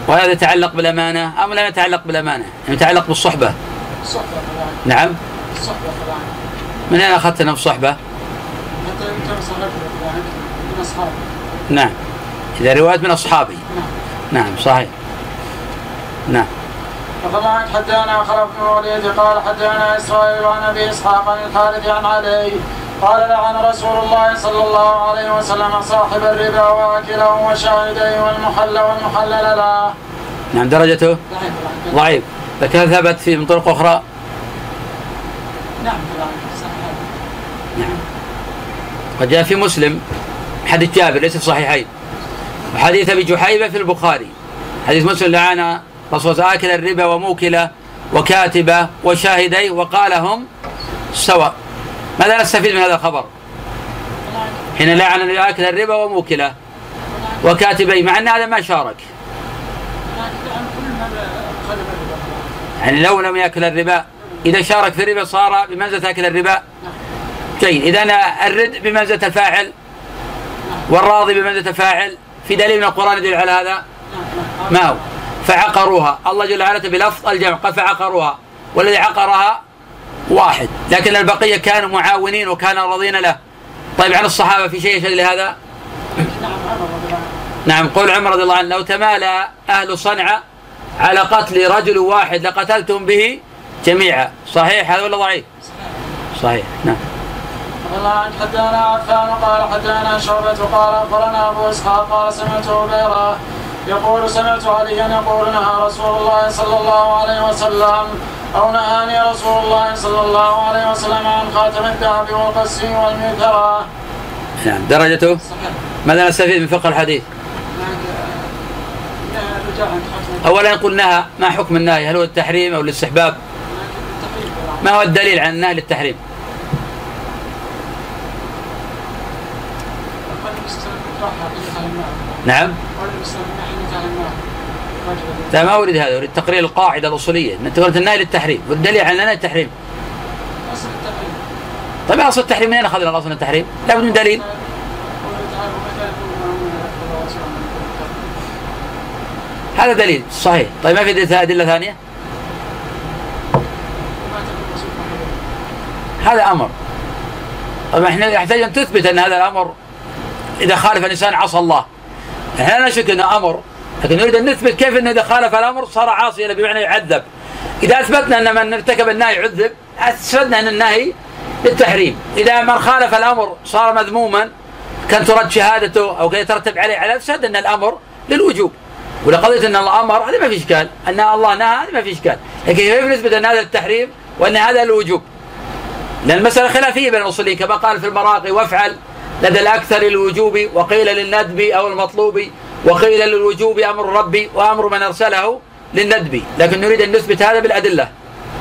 وهذا يتعلق بالأمانة أم لا يتعلق بالأمانة؟ يتعلق بالصحبة. الصحبة طبعا. نعم. الصحبة طبعا. من أين أخذت أنا الصحبة؟ حتى يمكن صحبته طبعا من أصحابه. نعم. إذا رواية من أصحابي. نعم صحيح. نعم. وطبعا حدثنا خلف بن الوليد قال حدثنا إسرائيل عن أبي إسحاق عن الحارث عن علي قال لعن رسول الله صلى الله عليه وسلم صاحب الربا واكله وشاهديه والمحلل له. نعم. درجته ضعيف، لكن ثبت في من طرق أخرى. نعم طبعا صحيح. نعم. وجاء في مسلم حديث جابر ليس في صحيحين، وحديث أبي جحيفة في البخاري. حديث مسلم لعن رسول آكل الربا وموكله وكاتبه وشاهديه وقال هم سواء. ماذا نستفيد من هذا الخبر؟ حين لعن آكل الربا وموكله وكاتبيه، مع أن هذا ما شارك. يعني لو لم يأكل الربا، إذا شارك في الربا صار بمنزلة أكل الربا. جيد. إذا أنا الرد بمنزلة الفاعل والراضي بمنزلة الفاعل، في دليل من القرآن يدل على هذا؟ ما هو؟ فعقروها. الله جل وعلا بلفظ الجمع قال فعقروها، والذي عقرها واحد، لكن البقية كانوا معاونين وكانوا راضين له. طيب عن الصحابة في شيء يشهد لهذا؟ نعم. قول عمر رضي الله عنه لو تمالى أهل صنعاء على قتل رجل واحد لقتلتم به جميعا. صحيح هذا ولا ضعيف؟ صحيح. نعم. والله حدثنا عفان قال حدثنا شعبة قال أخبرنا أبو إسحاق قال سمعت عبيرة يقول سمعت عليا يقول نهى رسول الله صلى الله عليه وسلم أو نهاني رسول الله صلى الله عليه وسلم عن خاتم الذهب والقسي والميثرة. نعم. درجته؟ ماذا نستفيد من فقه الحديث؟ أولا يقول نهى، ما حكم النهي؟ هل هو التحريم أو الاستحباب؟ ما هو الدليل عن النهي للتحريم؟ نعم. لا ما أريد هذا، أريد تقرير القاعدة الأصولية. أنت قلت النهي للتحريم، والدليل على النهي للتحريم. طيب أصل التحريم منين أخذنا أصل التحريم؟ لا بد من دليل. هذا دليل صحيح. طيب ما في أدلة ثانية؟ هذا أمر. طيب احنا نحتاج أن تثبت أن هذا الأمر إذا خالف الإنسان عصى الله. احنا لا نشك أنه أمر، لكن نريد أن نثبت كيف أنه إذا خالف الأمر صار عاصيا بمعنى يعذب. إذا أثبتنا أن من ارتكب النهي يعذب، أثبتنا أن النهي للتحريم. إذا من خالف الأمر صار مذموما كان ترد شهادته أو كان يترتب عليه على أفسد، أن الأمر للوجوب. ولقضية أن الأمر هذا ما في إشكال، أن الله نهى هذا ما في إشكال، لكن كيف نثبت أن هذا التحريم وأن هذا الوجوب؟ لأن المسألة خلافية بين الأصوليين كما قال في المراقي وافعل لدى الأكثر للوجوب وقيل للندب أو المطلوب وقيل للوجوب أمر ربي وأمر من أرسله للندب، لكن نريد أن نثبت هذا بالأدلة.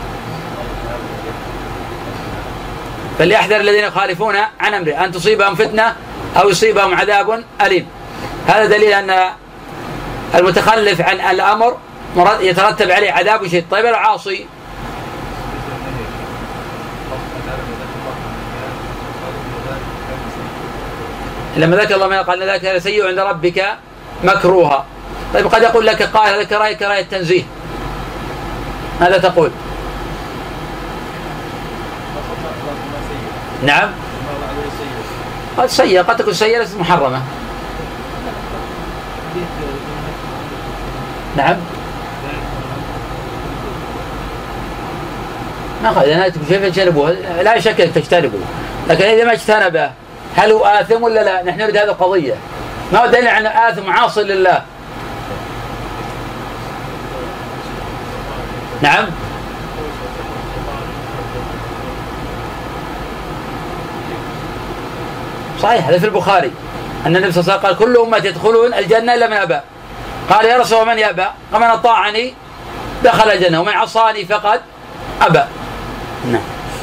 فليحذر الذين يخالفون عن أمره أن تصيبهم فتنة أو يصيبهم عذاب أليم. هذا دليل أن المتخلف عن الأمر يترتب عليه عذاب شديد. طيب العاصي لما ذكر الله ما قال ذاك سيء عند ربك مكروها. طيب قد يقول لك قال هذا كراهية تنزيه، ماذا تقول؟ نعم. قد سيئة، قد تكون سيئة ليست محرمة. نعم. ما قال إذا كيف تجتنبوه؟ لا شك أن تجتنبوه، لكن إذا ما اجتنبه هل هو آثم ولا لا؟ نحن نريد هذه القضية. ما هو دليل عن آثم عاصي لله. نعم. صحيح هذا في البخاري أن النبي صلى الله عليه وسلم قال كل أمتي يدخلون الجنة إلا من أبى. قال يا رسول الله من يأبى؟ قال من أطاعني دخل الجنة ومن عصاني فقد أبى. نعم.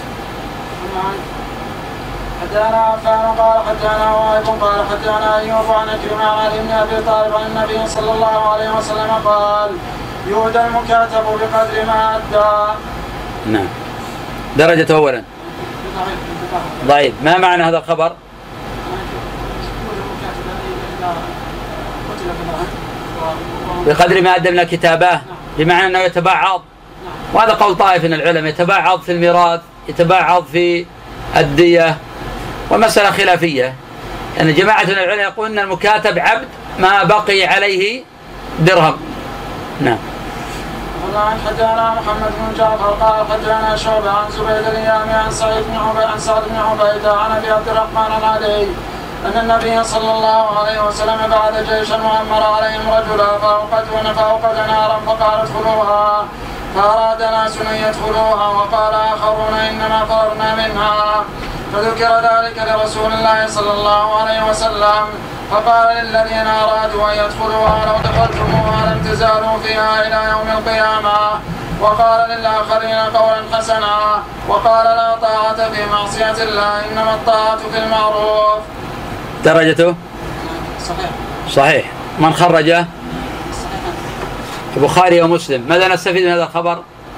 حدثنا عفان قال حدثنا وائل قال حدثنا أيوب عن عكرمة عن علي بن أبي طالب عن النبي صلى الله عليه وسلم قال يؤدى المكاتب بقدر ما أدى. نعم. درجة أولا ضعيف. ما معنى هذا الخبر؟ بقدر ما أدى من الكتابة، بمعنى أنه يتباعض، وهذا قول طائف من العلماء، يتباعض في الميراث، يتباعض في الدية، ومسألة خلافية. يعني جماعة من العلماء يقول أن المكاتب عبد ما بقي عليه درهم. نعم. والله حدثنا محمد بن جعفر قال حدثنا شعبة عن زبيد اليامي عن سعد بن عبيدة عن أبي عبد الرحمن العلي أن النبي صلى الله عليه وسلم بعث جيشا وأمر عليهم رجلا فأوقد نارا فقال ادخلوها، فأراد ناس أن يدخلوها وقال آخرون إنما فررنا منها، فذكر ذلك لرسول الله صلى الله عليه وسلم، فقال للذين أرادوا أن يدخلوها لو دخلتموها لم تزالوا فيها إلى يوم القيامة، وقال للآخرين قولا حسنا، وقال لا طاعة في معصية الله إنما الطاعة في المعروف. درجته صحيح. من خرجه؟ البخاري ومسلم. ماذا نستفيد من هذا الخبر؟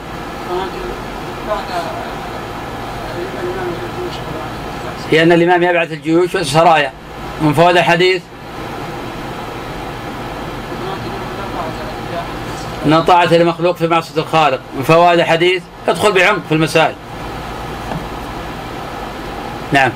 هي أن الإمام يبعث الجيوش والسرايا. من فوائد الحديث أن طاعة المخلوق في معصية الخالق. من فوائد الحديث ادخل بعمق في المسائل. نعم.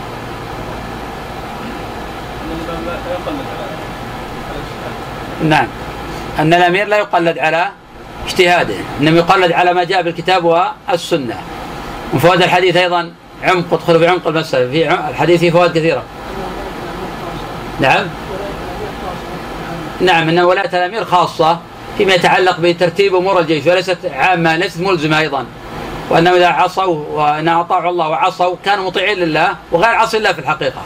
نعم، أن الأمير لا يقلد على اجتهاده، إنما يقلد على ما جاء بالكتاب والسنة. من فوائد الحديث أيضا عمق، ادخل في عمق المسألة. في الحديث فيه فوائد كثيرة. نعم. نعم، أن ولاية الأمير خاصة فيما يتعلق بترتيب أمور الجيش، وليست عامة، ليست ملزمة أيضا، وأنهم إذا عصوا وأن أطاعوا الله وعصوا كانوا مطيعين لله وغير عصي الله في الحقيقة.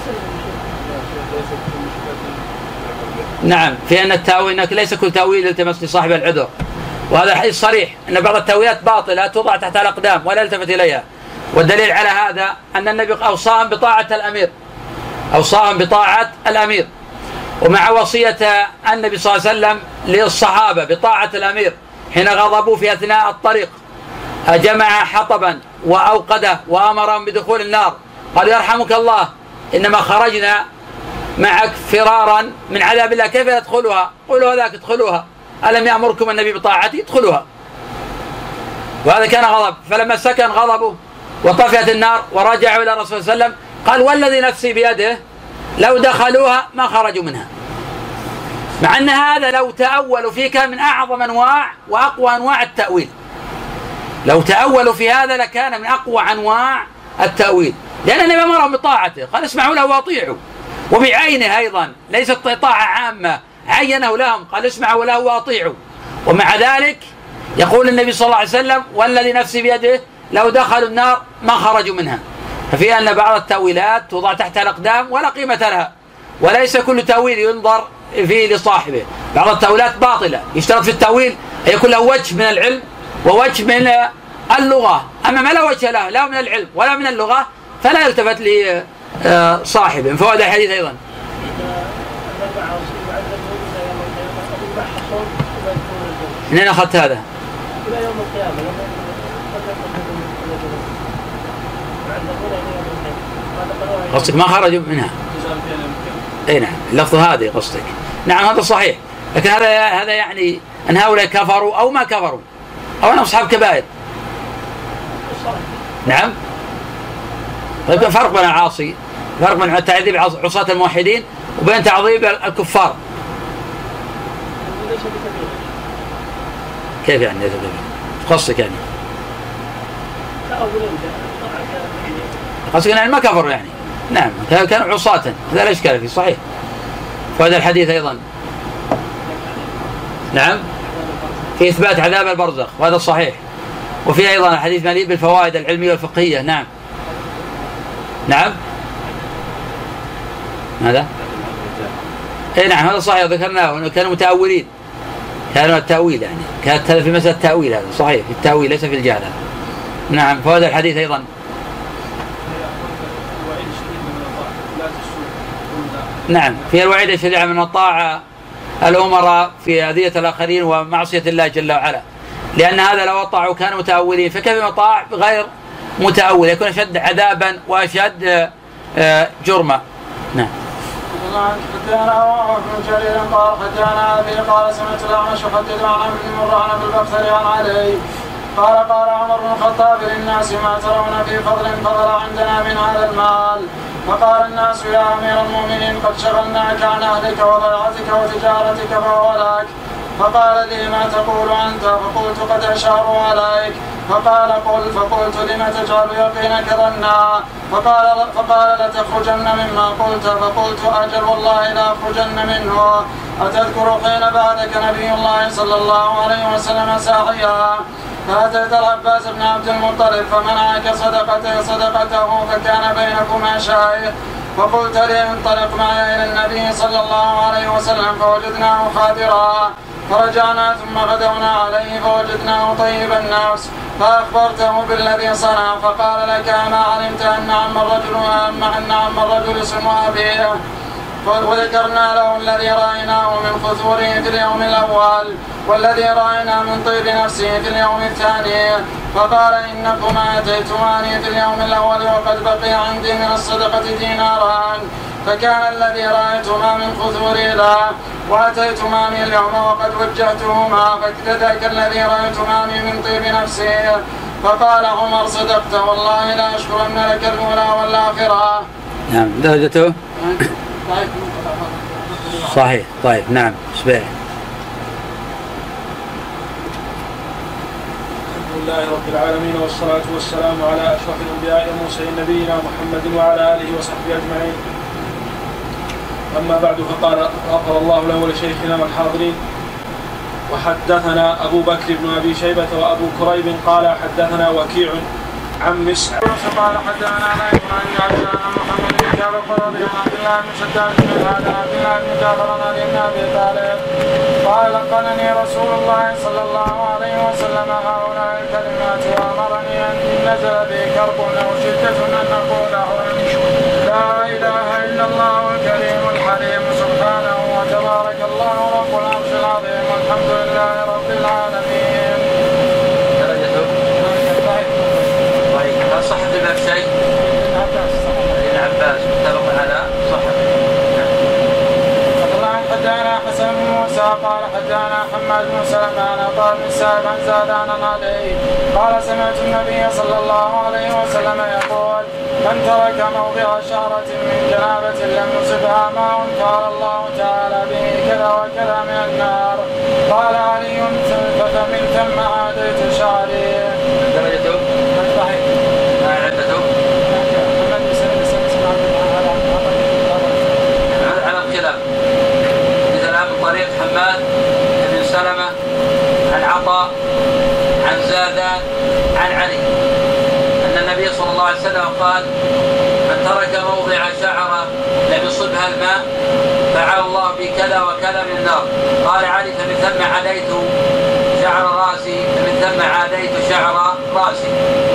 نعم، في أن التأويل أنك ليس كل تأويل يلتمس لصاحب العذر، وهذا الحديث صريح أن بعض التأويلات باطلة توضع تحت الأقدام ولا يلتفت إليها، والدليل على هذا أن النبي أوصاهم بطاعة الأمير، أوصاهم بطاعة الأمير، ومع وصية النبي صلى الله عليه وسلم للصحابة بطاعة الأمير حين غضبوا في أثناء الطريق، جمع حطبا وأوقده وأمرهم بدخول النار، قال يرحمك الله إنما خرجنا معك فرارا من عذاب الله، كيف يدخلها؟ قولوا ذاك ادخلوها، ألم يأمركم النبي بطاعتي؟ ادخلوها. وهذا كان غضب، فلما سكن غضبه وطفئت النار ورجعوا إلى الرسول صلى الله عليه وسلم قال والذي نفسي بيده لو دخلوها ما خرجوا منها. مع أن هذا لو تأولوا فيه كان من أعظم أنواع وأقوى أنواع التأويل، لو تأولوا في هذا لكان من أقوى أنواع التأويل، لأن النبي أمرهم بطاعته، قال اسمعوا له وأطيعوا، وبعينه أيضا ليست طاعة عامة، عينه لهم قال اسمعوا له وأطيعوا، ومع ذلك يقول النبي صلى الله عليه وسلم والذي نفسي بيده لو دخلوا النار ما خرجوا منها. ففي أن بعض التأويلات توضع تحت الأقدام ولا قيمة لها، وليس كل تأويل ينظر فيه لصاحبه، بعض التأويلات باطلة، يشترط في التأويل أن يكون له وجه من العلم ووجه من اللغة، أما ما لا وجه له لا من العلم ولا من اللغة فلا يلتفت لصاحبه. من فوائد الحديث أيضا من أين أخذت هذا؟ إلى يوم القيامة قصدك ما خرجوا منها؟ اي نعم، اللفظ هذه قصدك. نعم هذا صحيح، لكن هذا يعني ان هؤلاء كفروا او ما كفروا او ان اصحاب كبائر. نعم. طيب فرق بين العاصي، فرق بين تعذيب عصاة الموحدين وبين تعذيب الكفار. كيف يعني ليس كبير؟ قصدك يعني؟ قصدك يعني ما كفروا يعني. نعم كانوا عصاة، هذا لا إشكال فيه، صحيح. وهذا الحديث أيضا نعم في إثبات عذاب البرزخ، وهذا صحيح. وفي أيضا الحديث مليء بالفوائد العلمية والفقهية. نعم. نعم هذا اي نعم هذا صحيح، ذكرناه انه كانوا متأولين، كانوا التأويل يعني كانت في مسألة التأويل، هذا صحيح في التأويل ليس في الجهل. نعم. فوائد الحديث أيضا نعم في الوعيد الشديد من الطاعة الأمراء في أذية الآخرين ومعصية الله جل وعلا، لأن هذا لو أطاعوا كانوا متأولين، فكيف يطاع غير متأول؟ يكون أشد عذابا وأشد جرما. نعم. حدثنا وهو بن جرير قال حدثنا ابي قال سمعت الاعمش يحدث عن عمرو بن مران بالبختري عن علي قال عمر بن الخطاب للناس ما ترون في فضل فضل عندنا من هذا المال. فقال الناس يا امير المؤمنين قد شغلناك عن اهلك وضيعتك وتجارتك فهو لك. فقال لي ما تقول انت؟ فقلت قد اشاروا عليك. فقال قل. فقلت لم تجعل يقينك ظنا؟ فقال لتخرجن مما قلت. فقلت اجل والله لا اخرجن منه. اتذكر حين بعثك نبي الله صلى الله عليه وسلم ساحيا فاتيت العباس بن عبد المطلب فمنعك صدقته فكان بينكما شايع. فقلت لي انطلق معي الى النبي صلى الله عليه وسلم فوجدناه خادرا. فرجعنا ثم غدونا عليه فوجدناه طيب النفس فأخبرته بالذي صنع. فقال لك أما علمت أن عم الرجل اسم أبيه؟ وذكرنا له الذي رأيناه من خثوره في اليوم الأول والذي رأينا من طيب نفسه في اليوم الثاني. فقال إنكما أتيتماني في اليوم الأول وقد بقي عندي من الصدقة ديناران فكان الذي رأيتما من خثوري له وأتيتماني اليوم وقد وجهتهما فكذاك الذي رأيتماني من طيب نفسي. فقال عمر صدقت والله لا أشكرن لك الأولى والآخرة. نعم درجته صحيح. طيب نعم سبيع. الحمد لله رب العالمين والصلاة والسلام على أشرف الأنبياء ومرسلين نبينا محمد وعلى آله وصحبه أجمعين. أما بعد فقال غفر الله له ولشيخنا والحاضرين. وحدثنا أبو بكر بن أبي شيبة وأبو كريب قال حدثنا وكيع عن مسعر قال حدثنا علي بن عن محمد بن جابر رضي الله عن عبد الله بن شداد بن هذا عبد الله بن جابر عن ابي طالب قال لقنني رسول الله صلى الله عليه وسلم هؤلاء الكلمات وامرني ان نزل بي كرب او شده ان نقوله لا اله الا الله الكريم الحليم سبحانه وتبارك الله رب العرش العظيم والحمد لله رب العالمين. صحة الباب شيء؟ ابن عباس متفق على صحة. حدثنا حسن بن موسى قال حدثنا حماد بن سلمة عن عطاء بن سائب عن زادان عليه قال سمعت النبي صلى الله عليه وسلم يقول من ترك موضع شعرة من جنابة لم يصبها ماء قال الله تعالى به كذا وكذا من النار. قال علي فمن ثم عاديت شعري. درجته صحيح. طريق حماد بن سلمة عن عطاء عن زادان عن علي أن النبي صلى الله عليه وسلم قال من ترك موضع شعرة لم يصبها الماء فعل الله بكذا وكذا من النار. قال علي فمن ثم عاديت شعر راسي فمن ثم عاديت شعر راسي.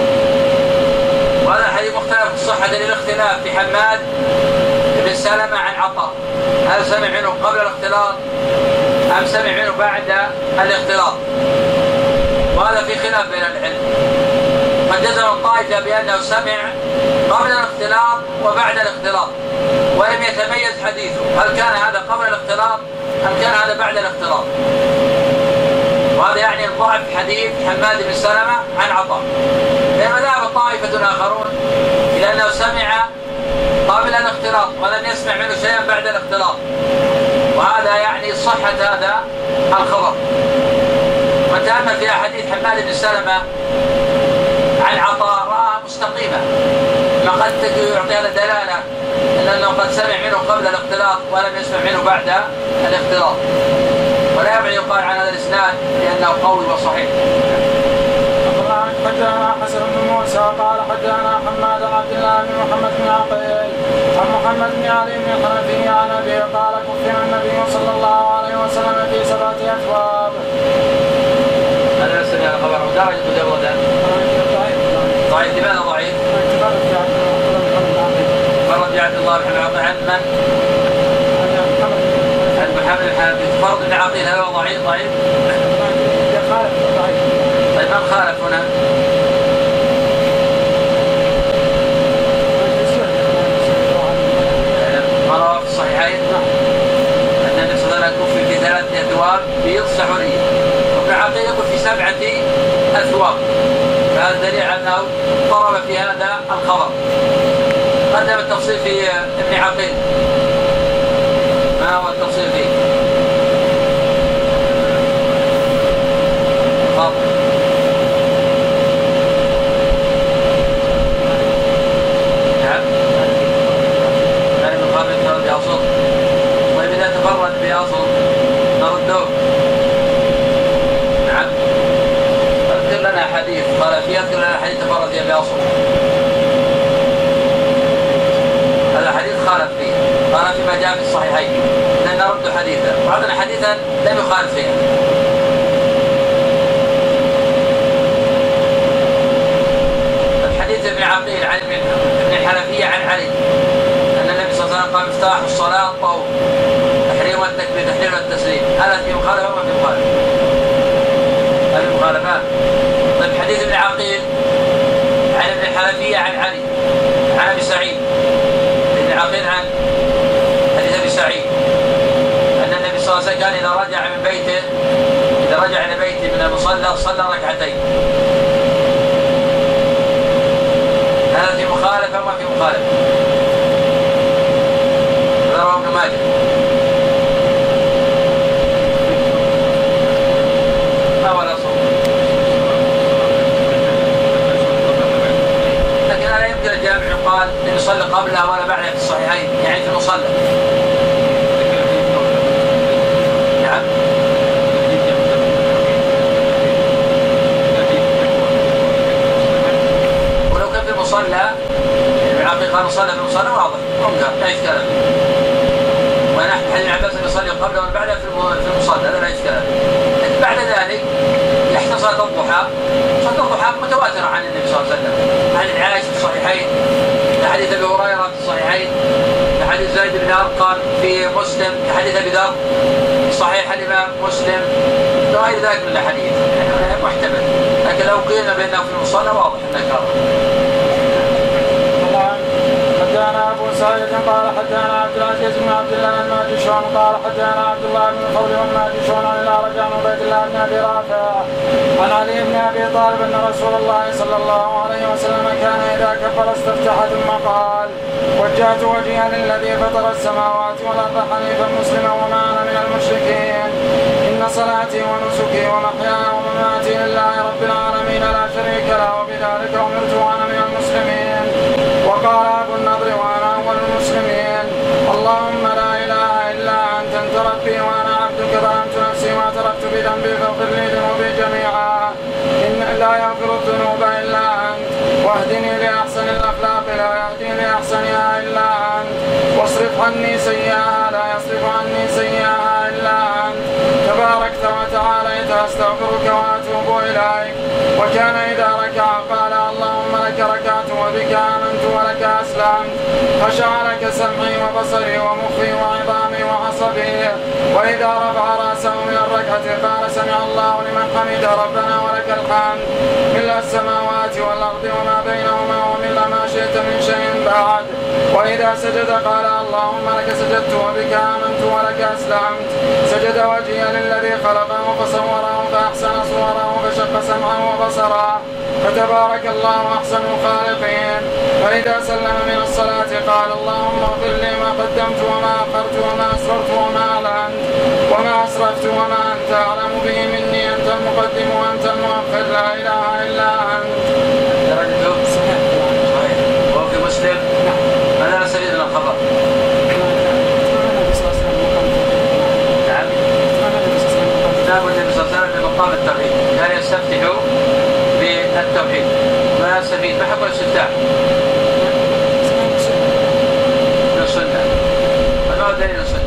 وهذا الحديث مختلف في الصحة للاختلاف في حماد بن سلمة عن عطاء هل سمع منه قبل الاختلاط أم سمع منه بعد الاختلاط؟ وهذا في خلاف بين العلم. قد جزم الطائفة بأنه سمع قبل الاختلاط وبعد الاختلاط ولم يتميز حديثه هل كان هذا قبل الاختلاط أم كان هذا بعد الاختلاط. وهذا يعني الضعف حديث حماد بن سلمة عن عطاء. بينما ذهب طائفة آخرون إلى أنه سمع قبل الاختلاط ولم يسمع منه شيئا بعد الاختلاط. وهذا يعني صحة هذا الخبر. وتأمل في أحاديث حماد بن سلمة عن عطاء رآها مستقيمة ما قد يعطي هذا دلالة لأنه قد سمع منه قبل الاختلاط ولم يسمع منه بعد الاختلاط. ولا يبعد يقال عن هذا الإسناد لأنه قوي وصحيح. حدثنا حسن بن موسى قال حدثنا حماد عن عبد الله بن محمد بن عقيل عن محمد بن علي بن الحنفي عن ابي قال كفن النبي صلى الله عليه وسلم في 7 أثواب. هذا سمع الخبر ودرجة جودة ضعيف. لماذا ضعيف؟ فرد عبد الله بن عقيل عن من؟ عن محمد الحنفي. فرد بن عقيل هذا ضعيف. طيب من خالف هنا؟ ما روى في الصحيحين؟ عقيل ما هو التفصيل فيه؟ خط نعم لا المقابل يتفرد بأصل. طيب إذا تفرد بأصل نردوه. نعم اذكر لنا حديث قال فيه، اذكر لنا حديث تفرد فيه بأصل. هذا حديث خالف فيه، قال فيما جاء في الصحيحين لأن نرد حديثا، وعندنا حديثا لم يخالف فيه. الحديث ابن عقيل عن ابن الحنفية عن علي أن النبي صلى الله عليه وسلم قال مفتاح الصلاة الطهور، تحريم والتكبير، تحريم والتسليم. هذا في مخالفة وما في مخالفة؟ هذه مخالفات. طيب حديث ابن عقيل عن ابن الحنفية عن علي عن أبي سعيد، ابن عقيل عن حديث أبي سعيد أن النبي صلى الله عليه وسلم كان إذا رجع من بيته، إذا رجع إلى بيته من المصلى صلى ركعتين. هذا في مخالفة وما في مخالفة؟ هذا رواه ابن ماجه. ما هو الأصل؟ لكن لا يمكن الجامع يقال أن يصلي قبلها ولا بعدها في الصحيحين، يعني في المصلى. نعم. ولو كان في المصلى العقيق قال صلى في المصلى واضح منكر لا إشكال فيه. ونحن حديث العباس أن يصلي قبلها ولا بعدها في المصلى، هذا لا إشكال فيه. لكن بعد ذلك يحتاج صلاة الضحى. صلاة الضحى متواترة عن النبي صلى الله عليه وسلم، عن عائشة في الصحيحين، حديث ابي هريره في الصحيحين، حديث زيد بن ارقم في مسلم، حديث ابي ذر في صحيح الامام مسلم، وغير ذلك من الاحاديث يعني محتمل. لكن لو قيل بانه في المصلى واضح انه كرر. حدثنا ابو سعيد قال حدثنا عبد العزيز بن عبد الله الماجشون قال حدثنا عبد الله بن الفضل والماجشون عن الاعرج عن عبيد الله بن ابي رافع عن علي بن ابي طالب ان رسول الله صلى الله عليه وسلم كان اذا كبر استفتح ثم قال: وجهت وجهي للذي فطر السماوات والارض حنيفا مسلما وما انا من المشركين، ان صلاتي ونسكي ومحياي ومماتي لله رب العالمين لا شريك له وبذلك امرت وانا من المسلمين. وقال ابو النضر وانا اول المسلمين: اللهم لا اله الا انت ربي وانا عبدك ظلمت نفسي ما تركت بذنبي فاغفر لي ذنوبي جميعا، ان لا يغفر الذنوب الا انت، واهدني لاحسن الاخلاق لا يهدي لاحسنها الا انت، واصرف عني سيئها لا يصرف عني سيئها الا انت، تباركت وتعاليت استغفرك واتوب اليك. وكان اذا ركع قال: اللهم لك ركعت وبك امنت ولك اسلمت، خشع لك سمعي وبصري ومخي وعظامي وعصبي. واذا رفع راسه من الركعه قال: سمع الله لمن حمد ربنا ولك الحمد، ملء السماوات والارض وما بينهما وملء ما شئت من شيء بعد. واذا سجد قال: اللهم لك سجدت وبك امنت ولك اسلمت، سجد وجهي للذي خلقه فصوره فاحسن صوره فشق سمعه وبصره، فتبارك الله احسن الخالقين. فاذا سلم من الصلاه قال: اللهم اغفر لي ما قدمت وما اخرت وما اسررت وما اعلنت وما اسرفت وما انت اعلم به مني، انت المقدم وانت المؤخر لا اله الا انت. درجته صحيح وهو في مسلم. ماذا نستفيد من الخبر؟ نعم. كتاب النبي صلى الله عليه وسلم بمقام التوحيد، كان يستفتح بالتوحيد. ما نستفيد؟ ما حكم الاستفتاح؟ من السنة. فما هو دليل السنة؟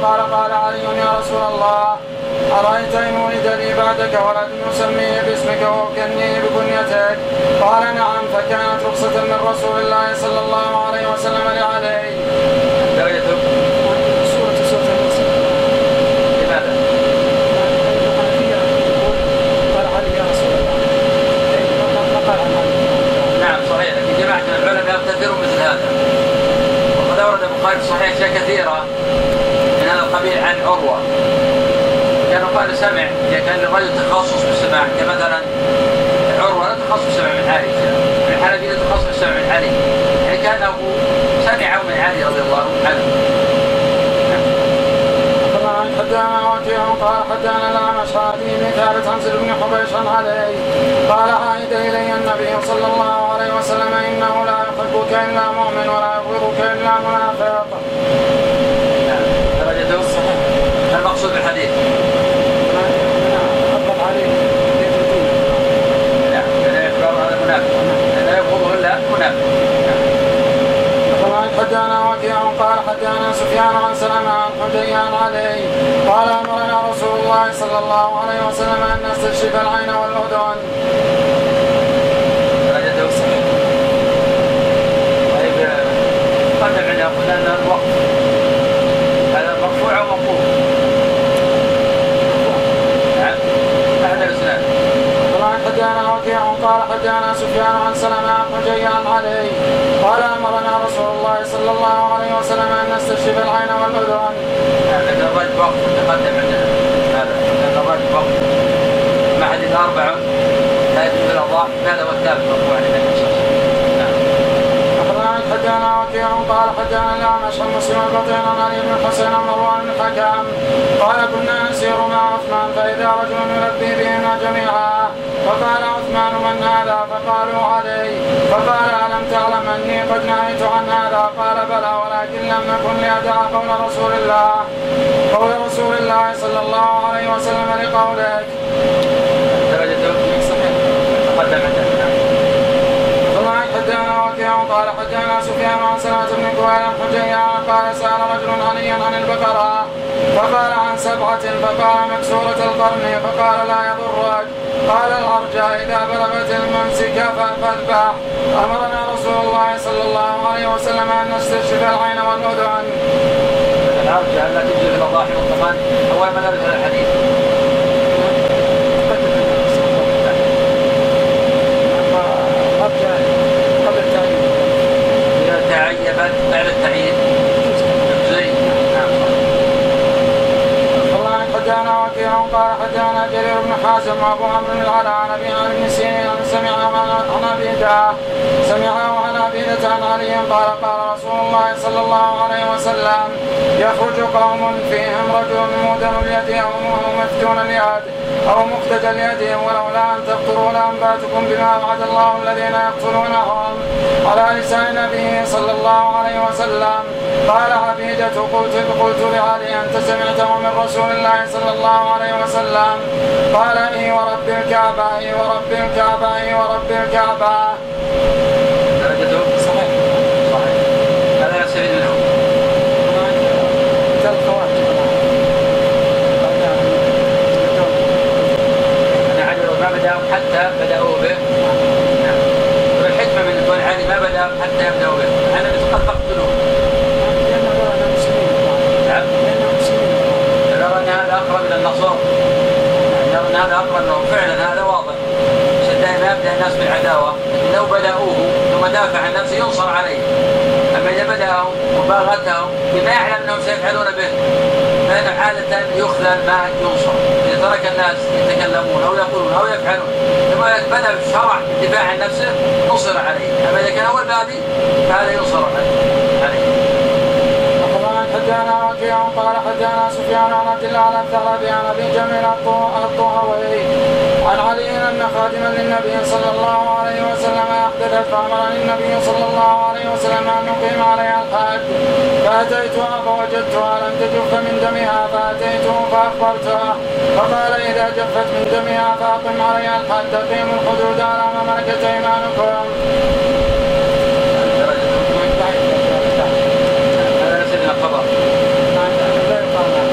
قال قال علي يا رسول الله أرأيت إن ولد لي بعدك ولد يسميه باسمك ويكنيه بكنيتك؟ قال نعم. فكانت رخصة من رسول الله صلى الله عليه وسلم لعلي. درجته سورة النصر. لماذا؟ قال علي يا رسول الله. نعم صحيح، لكن جماعة من العلماء يقتدرون مثل هذا. وقد أورد البخاري في صحيح أشياء كثيرة من هذا القبيل عن عروة، كان قال سمع، كان للرجل تخصص بالسماع، كمثلا عروة لا تخصص بالسماع من عائشة، الحنفي لا تخصص بالسماع من علي، يعني كأنه سمع من علي رضي الله عنه. حدثنا وكيع قال حدثنا الأعمش بن ثابت عن زيد بن حبيش عن علي قال عهد إلي النبي صلى الله عليه وسلم إنه لا يحبك إلا مؤمن ولا يبغضك إلا منافق. درجته صحيح. المقصود بالحديث حبب عليه لا يخبر هذا منافق، لا يبغضه إلا منافق. حدثنا وكيع قال حدثنا سفيان عن سلمة عن حجيان علي قال أمرنا رسول الله صلى الله عليه وسلم أن نستكشف العين والأذن. درجته صحيح. طيب قدم عندنا قلنا الوقت هذا مرفوع أو موقوف؟ نعم أحد الأسناد. حدثنا وكيع قال حدثنا سفيان عن سلمة عن حجيان علي قال أمرنا رسول الله صلى الله عليه وسلم أن نستكشف العين والأذن. هذا الرجل وقت متقدم عندنا، هذا الرجل وقت مع حديث 4 لا يجوز الأضاء، هذا هو الثابت مرفوع عن النبي صلى الله عليه وسلم. حدثنا وكيع قال حدثنا الأعمش عن مسلم البطين عن علي بن الحسين عن مروان بن الحكم قال كنا نسير مع عثمان فإذا رجل يلبي بهما جميعا فقال عثمان من هذا؟ فقالوا علي. فقال ألم تعلم أني قد نهيت عن هذا؟ قال بلى ولكن لم نكن لأدع قول رسول الله صلى الله عليه وسلم لقولك. درجته صحيح تقدم عندنا. حدثنا وكيع قال حدثنا سفيان عن سلمة بن كهيل عن حجيان قال سأل رجل عليا عن البقرة فقال عن 7 فقال مكسورة القرن فقال لا يضرك. قال الأرجى إذا بلغت الممسك فاذبح. أمرنا رسول الله صلى الله عليه وسلم أن نستكشف العين والأذن. الأرجى لا تجوز في الأضاحي والطمان. أول ما نرد هذا الحديث قبل التعيين إذا تعيبت بعد التعيين زي. نعم والله حدثنا وكيع قال حدثنا جرير بن حازم وابو عمرو العلاء عن ابي عن ابن سيرين سمعه عن عبيدة عن علي قال قال رسول الله صلى الله عليه وسلم يخرج قوم فيهم رجل مودن اليد او مفتون اليد او مقتدى اليد ولولا ان تقتلوا لانباتكم بما وعد الله الذين يقتلونهم على لسان نبيه صلى الله عليه وسلم. قال عبيدة قلت لعلي أنت سمعته من رسول الله صلى الله عليه وسلم؟ قال إي ورب الكعبة إي ورب الكعبة إي ورب الكعبة. درجته صحيح. هذا يستفيد منه. أنا عجلوا ما بدأوا حتى بدأوا به. والحكمة من كون علي ما بدأوا حتى يبدأوا به. أنا قد تقتلوه. نعم. نرى أن هذا أقرب إلى النصارى. نرى أن هذا أقرب أنه فعلا هذا واضح. دائما يبدأ الناس بالعداوة، لو بدأوه ثم دافع عن نفسه ينصر عليه. أما إذا بدأوا مباغتهم بما يعلم أنهم سيفعلون به فإنه عادة يخذل ما ينصر. إذا ترك الناس يتكلمون أو يقولون أو يفعلون ثم بدأ بالشرع بالدفاع عن نفسه نصر عليه. أما إذا كان أول بادي فهذا ينصر عليه. حدثنا وكيع قال حدثنا سفيان عن عبد الله عن الثعلبي عن ابي جميل الطهوي عن علي ان خادما للنبي صلى الله عليه وسلم احدثت فامرني النبي صلى الله عليه وسلم ان نقيم عليها الحد فاتيتها فوجدتها لم تجف من دمها فاتيته فاخبرته فقال اذا جفت من دمها فاقم عليها الحد اقيموا الحدود على ما ملكت ايمانكم. هذا نسبنا الخبر.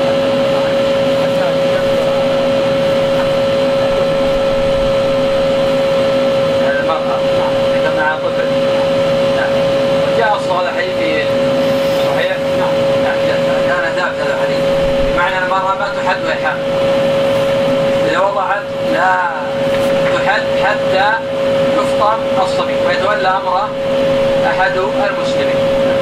أحد المسلمين.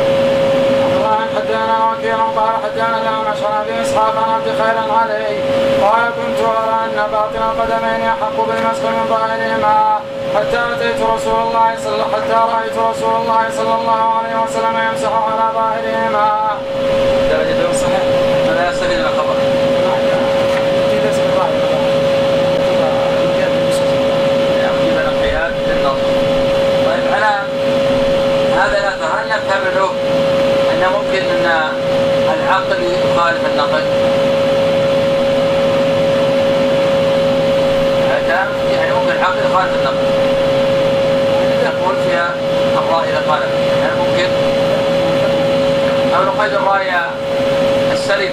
حدثنا وكيع قال حدثنا الأعمش عن أبي إسحاق عن عبد خير علي قال كنت أرى أن باطن القدمين أحق بالمسح من ظاهرهما حتى رأيت رسول الله صلى الله عليه وسلم يمسح على ظاهرهما. درجة صحيح. ماذا يستفيد من الخبر؟ طيب على هذا لا هل نفهم له أن ممكن أن العقل يخالف النقل؟ يعني ممكن العقل يخالف النقل. يقول فيها الرأي إذا خالف يعني ممكن أو نقيد الرأي السليم.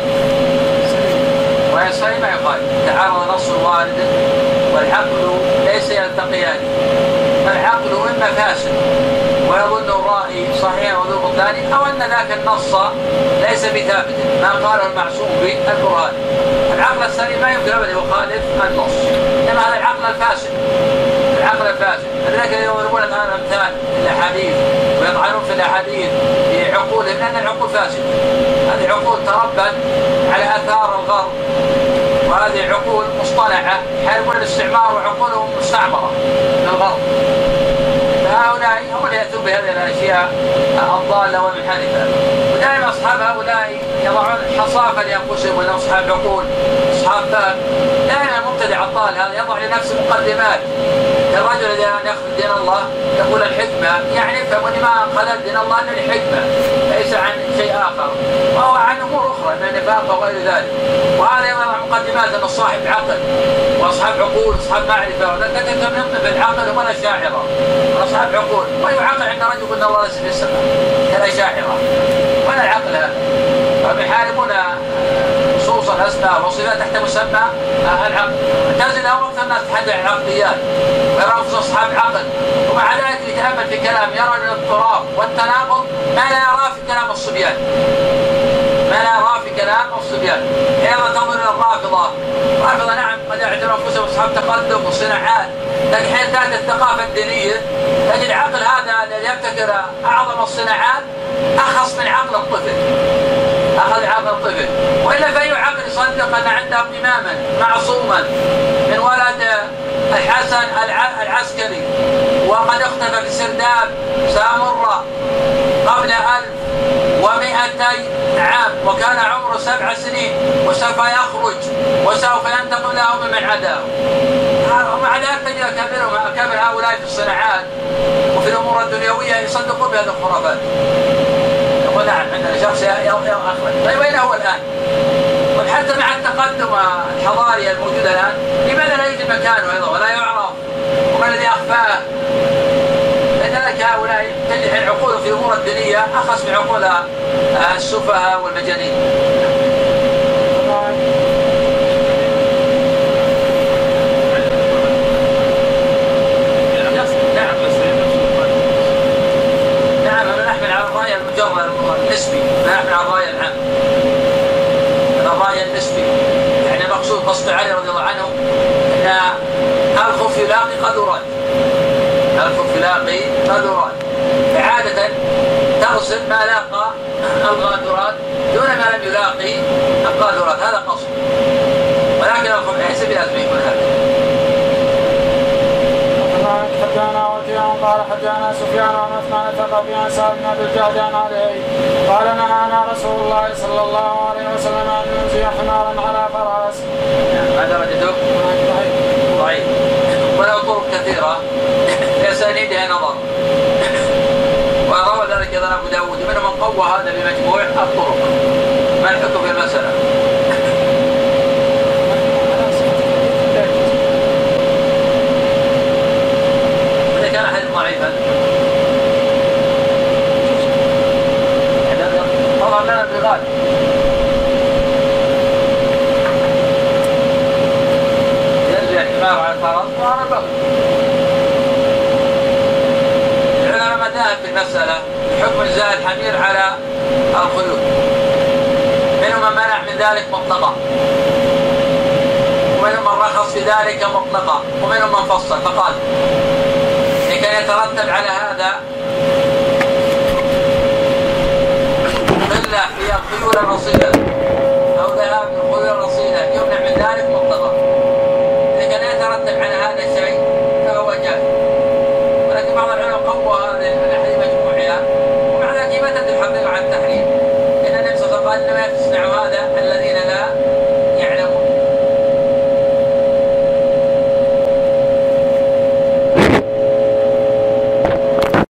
الرأي السليم ما يخالف. تعارض نص وارد والعقل ليس يلتقيان، فالعقل إما فاسد ويظن الرأي صحيح وذو بطلان أو أن ذاك النص ليس بثابت ما قاله المعصوم بالبرهان. العقل السليم ما يمكن أبدا يخالف النص، إنما هذا العقل الفاسد. العقل الفاسد لذلك يضربون الآن أمثال الأحاديث ويطعنون في الأحاديث بعقولهم لأن العقول فاسدة. هذه عقول تربت على آثار الغرب وهذه عقول مصطنعة يحاربون الاستعمار وعقولهم مستعمرة من الغرب. فهؤلاء هم اللي يأتون بهذه الأشياء الضالة والمنحرفة. ودائما أصحاب هؤلاء يضعون حصافة لأنفسهم وأنهم أصحاب عقول أصحاب فهم. دائما المبتدع الضال هذا يضع لنفسه مقدمات. الرجل إذا يأخذ دين الله يقول الحكمة يعني يفهم أن ما خلت دين الله أنه الحكمة ليس عن شيء آخر وهو عن أمور أخرى من النفاق وغير ذلك. وهذا يضع مقدمات أن الصاحب عقل وأصحاب عقول أصحاب معرفة ولكن ينطق العقل هم الأشاعرة أصحاب عقول ويعقل عند رجل أن الله ليس في السماء كالأشاعرة ولا العقل هذا. فهم يحاربون نصوص الأسماء وصفات تحت مسمى العقل. تجد أكثر الناس تحدث عن العقليات ويرى أنفسهم أصحاب عقل ومع ذلك يتأمل في كلام يرى الاضطراب والتناقض ما لا يراه في كلام الصبيان. ما لا يراه في كلام الصبيان. أيضا تنظر إلى الرافضة. الرافضة نعم قد يعتبرون أنفسهم أصحاب تقدم وصناعات لكن حين تأتي الثقافة الدينية تجد العقل هذا الذي يبتكر أعظم الصناعات أخص من عقل الطفل. أخذ عقل الطفل وإلا فأي عقل يصدق أن عندهم إماما معصوما من ولد الحسن العسكري وقد اختفى في سرداب سامرة قبل 1200 عام وكان عمره 7 سنين وسوف يخرج وسوف ينتقم له ممن عداه. ومع ذلك تجد أكابر هؤلاء في الصناعات وفي الأمور الدنيوية يصدقون بهذه الخرافات. يقول نعم عندنا شخص أخرج. طيب وين هو الآن؟ وحتى مع التقدم الحضاري الموجود الآن لماذا لا يوجد مكانه أيضا ولا يعرف وما الذي أخفاه؟ لذلك هؤلاء تجد العقول في الأمور الدينية أخص من عقول السفهاء والمجانين. نعم نحمل على الرأي المجرد النسبي لا نحمل على الرأي العام. الرأي النسبي يعني مقصود قصد علي رضي الله عنه أن الخف يلاقي قدرات. الخف يلاقي قدرات فعادة تغسل ما لاقى القادرات دون ما لم يلاقي القادرات. هذا قصد ولكن الخف ليس بلازم يكون هذا. حدثنا وكيع قال حدثنا سفيان عن عثمان الثقفي عن سعد بن ابي الجعد عن علي قال نهانا رسول الله صلى الله عليه وسلم ان ننزي حمارا على فرس. هذا درجته ضعيف وله طرق كثيره لاسانيدها نظر وروى ذلك ايضا ابو داود منهم من قوى هذا بمجموع الطرق. ما الحكم في المساله؟ كان حديث ضعيفا طبعا لنا بغالب ينزل الحمار على الفرس وعلى البغل. العلماء ما ذهب في المسألة بحكم إنزال الحمير على الخيول. منهم من منع من ذلك مطلقا ومنهم من رخص في ذلك مطلقا ومنهم من فصل فقال كان يترتب على هذا إلا هي الخيول الرصيدة أو ذهاب الخيول الرصيدة يمنع من ذلك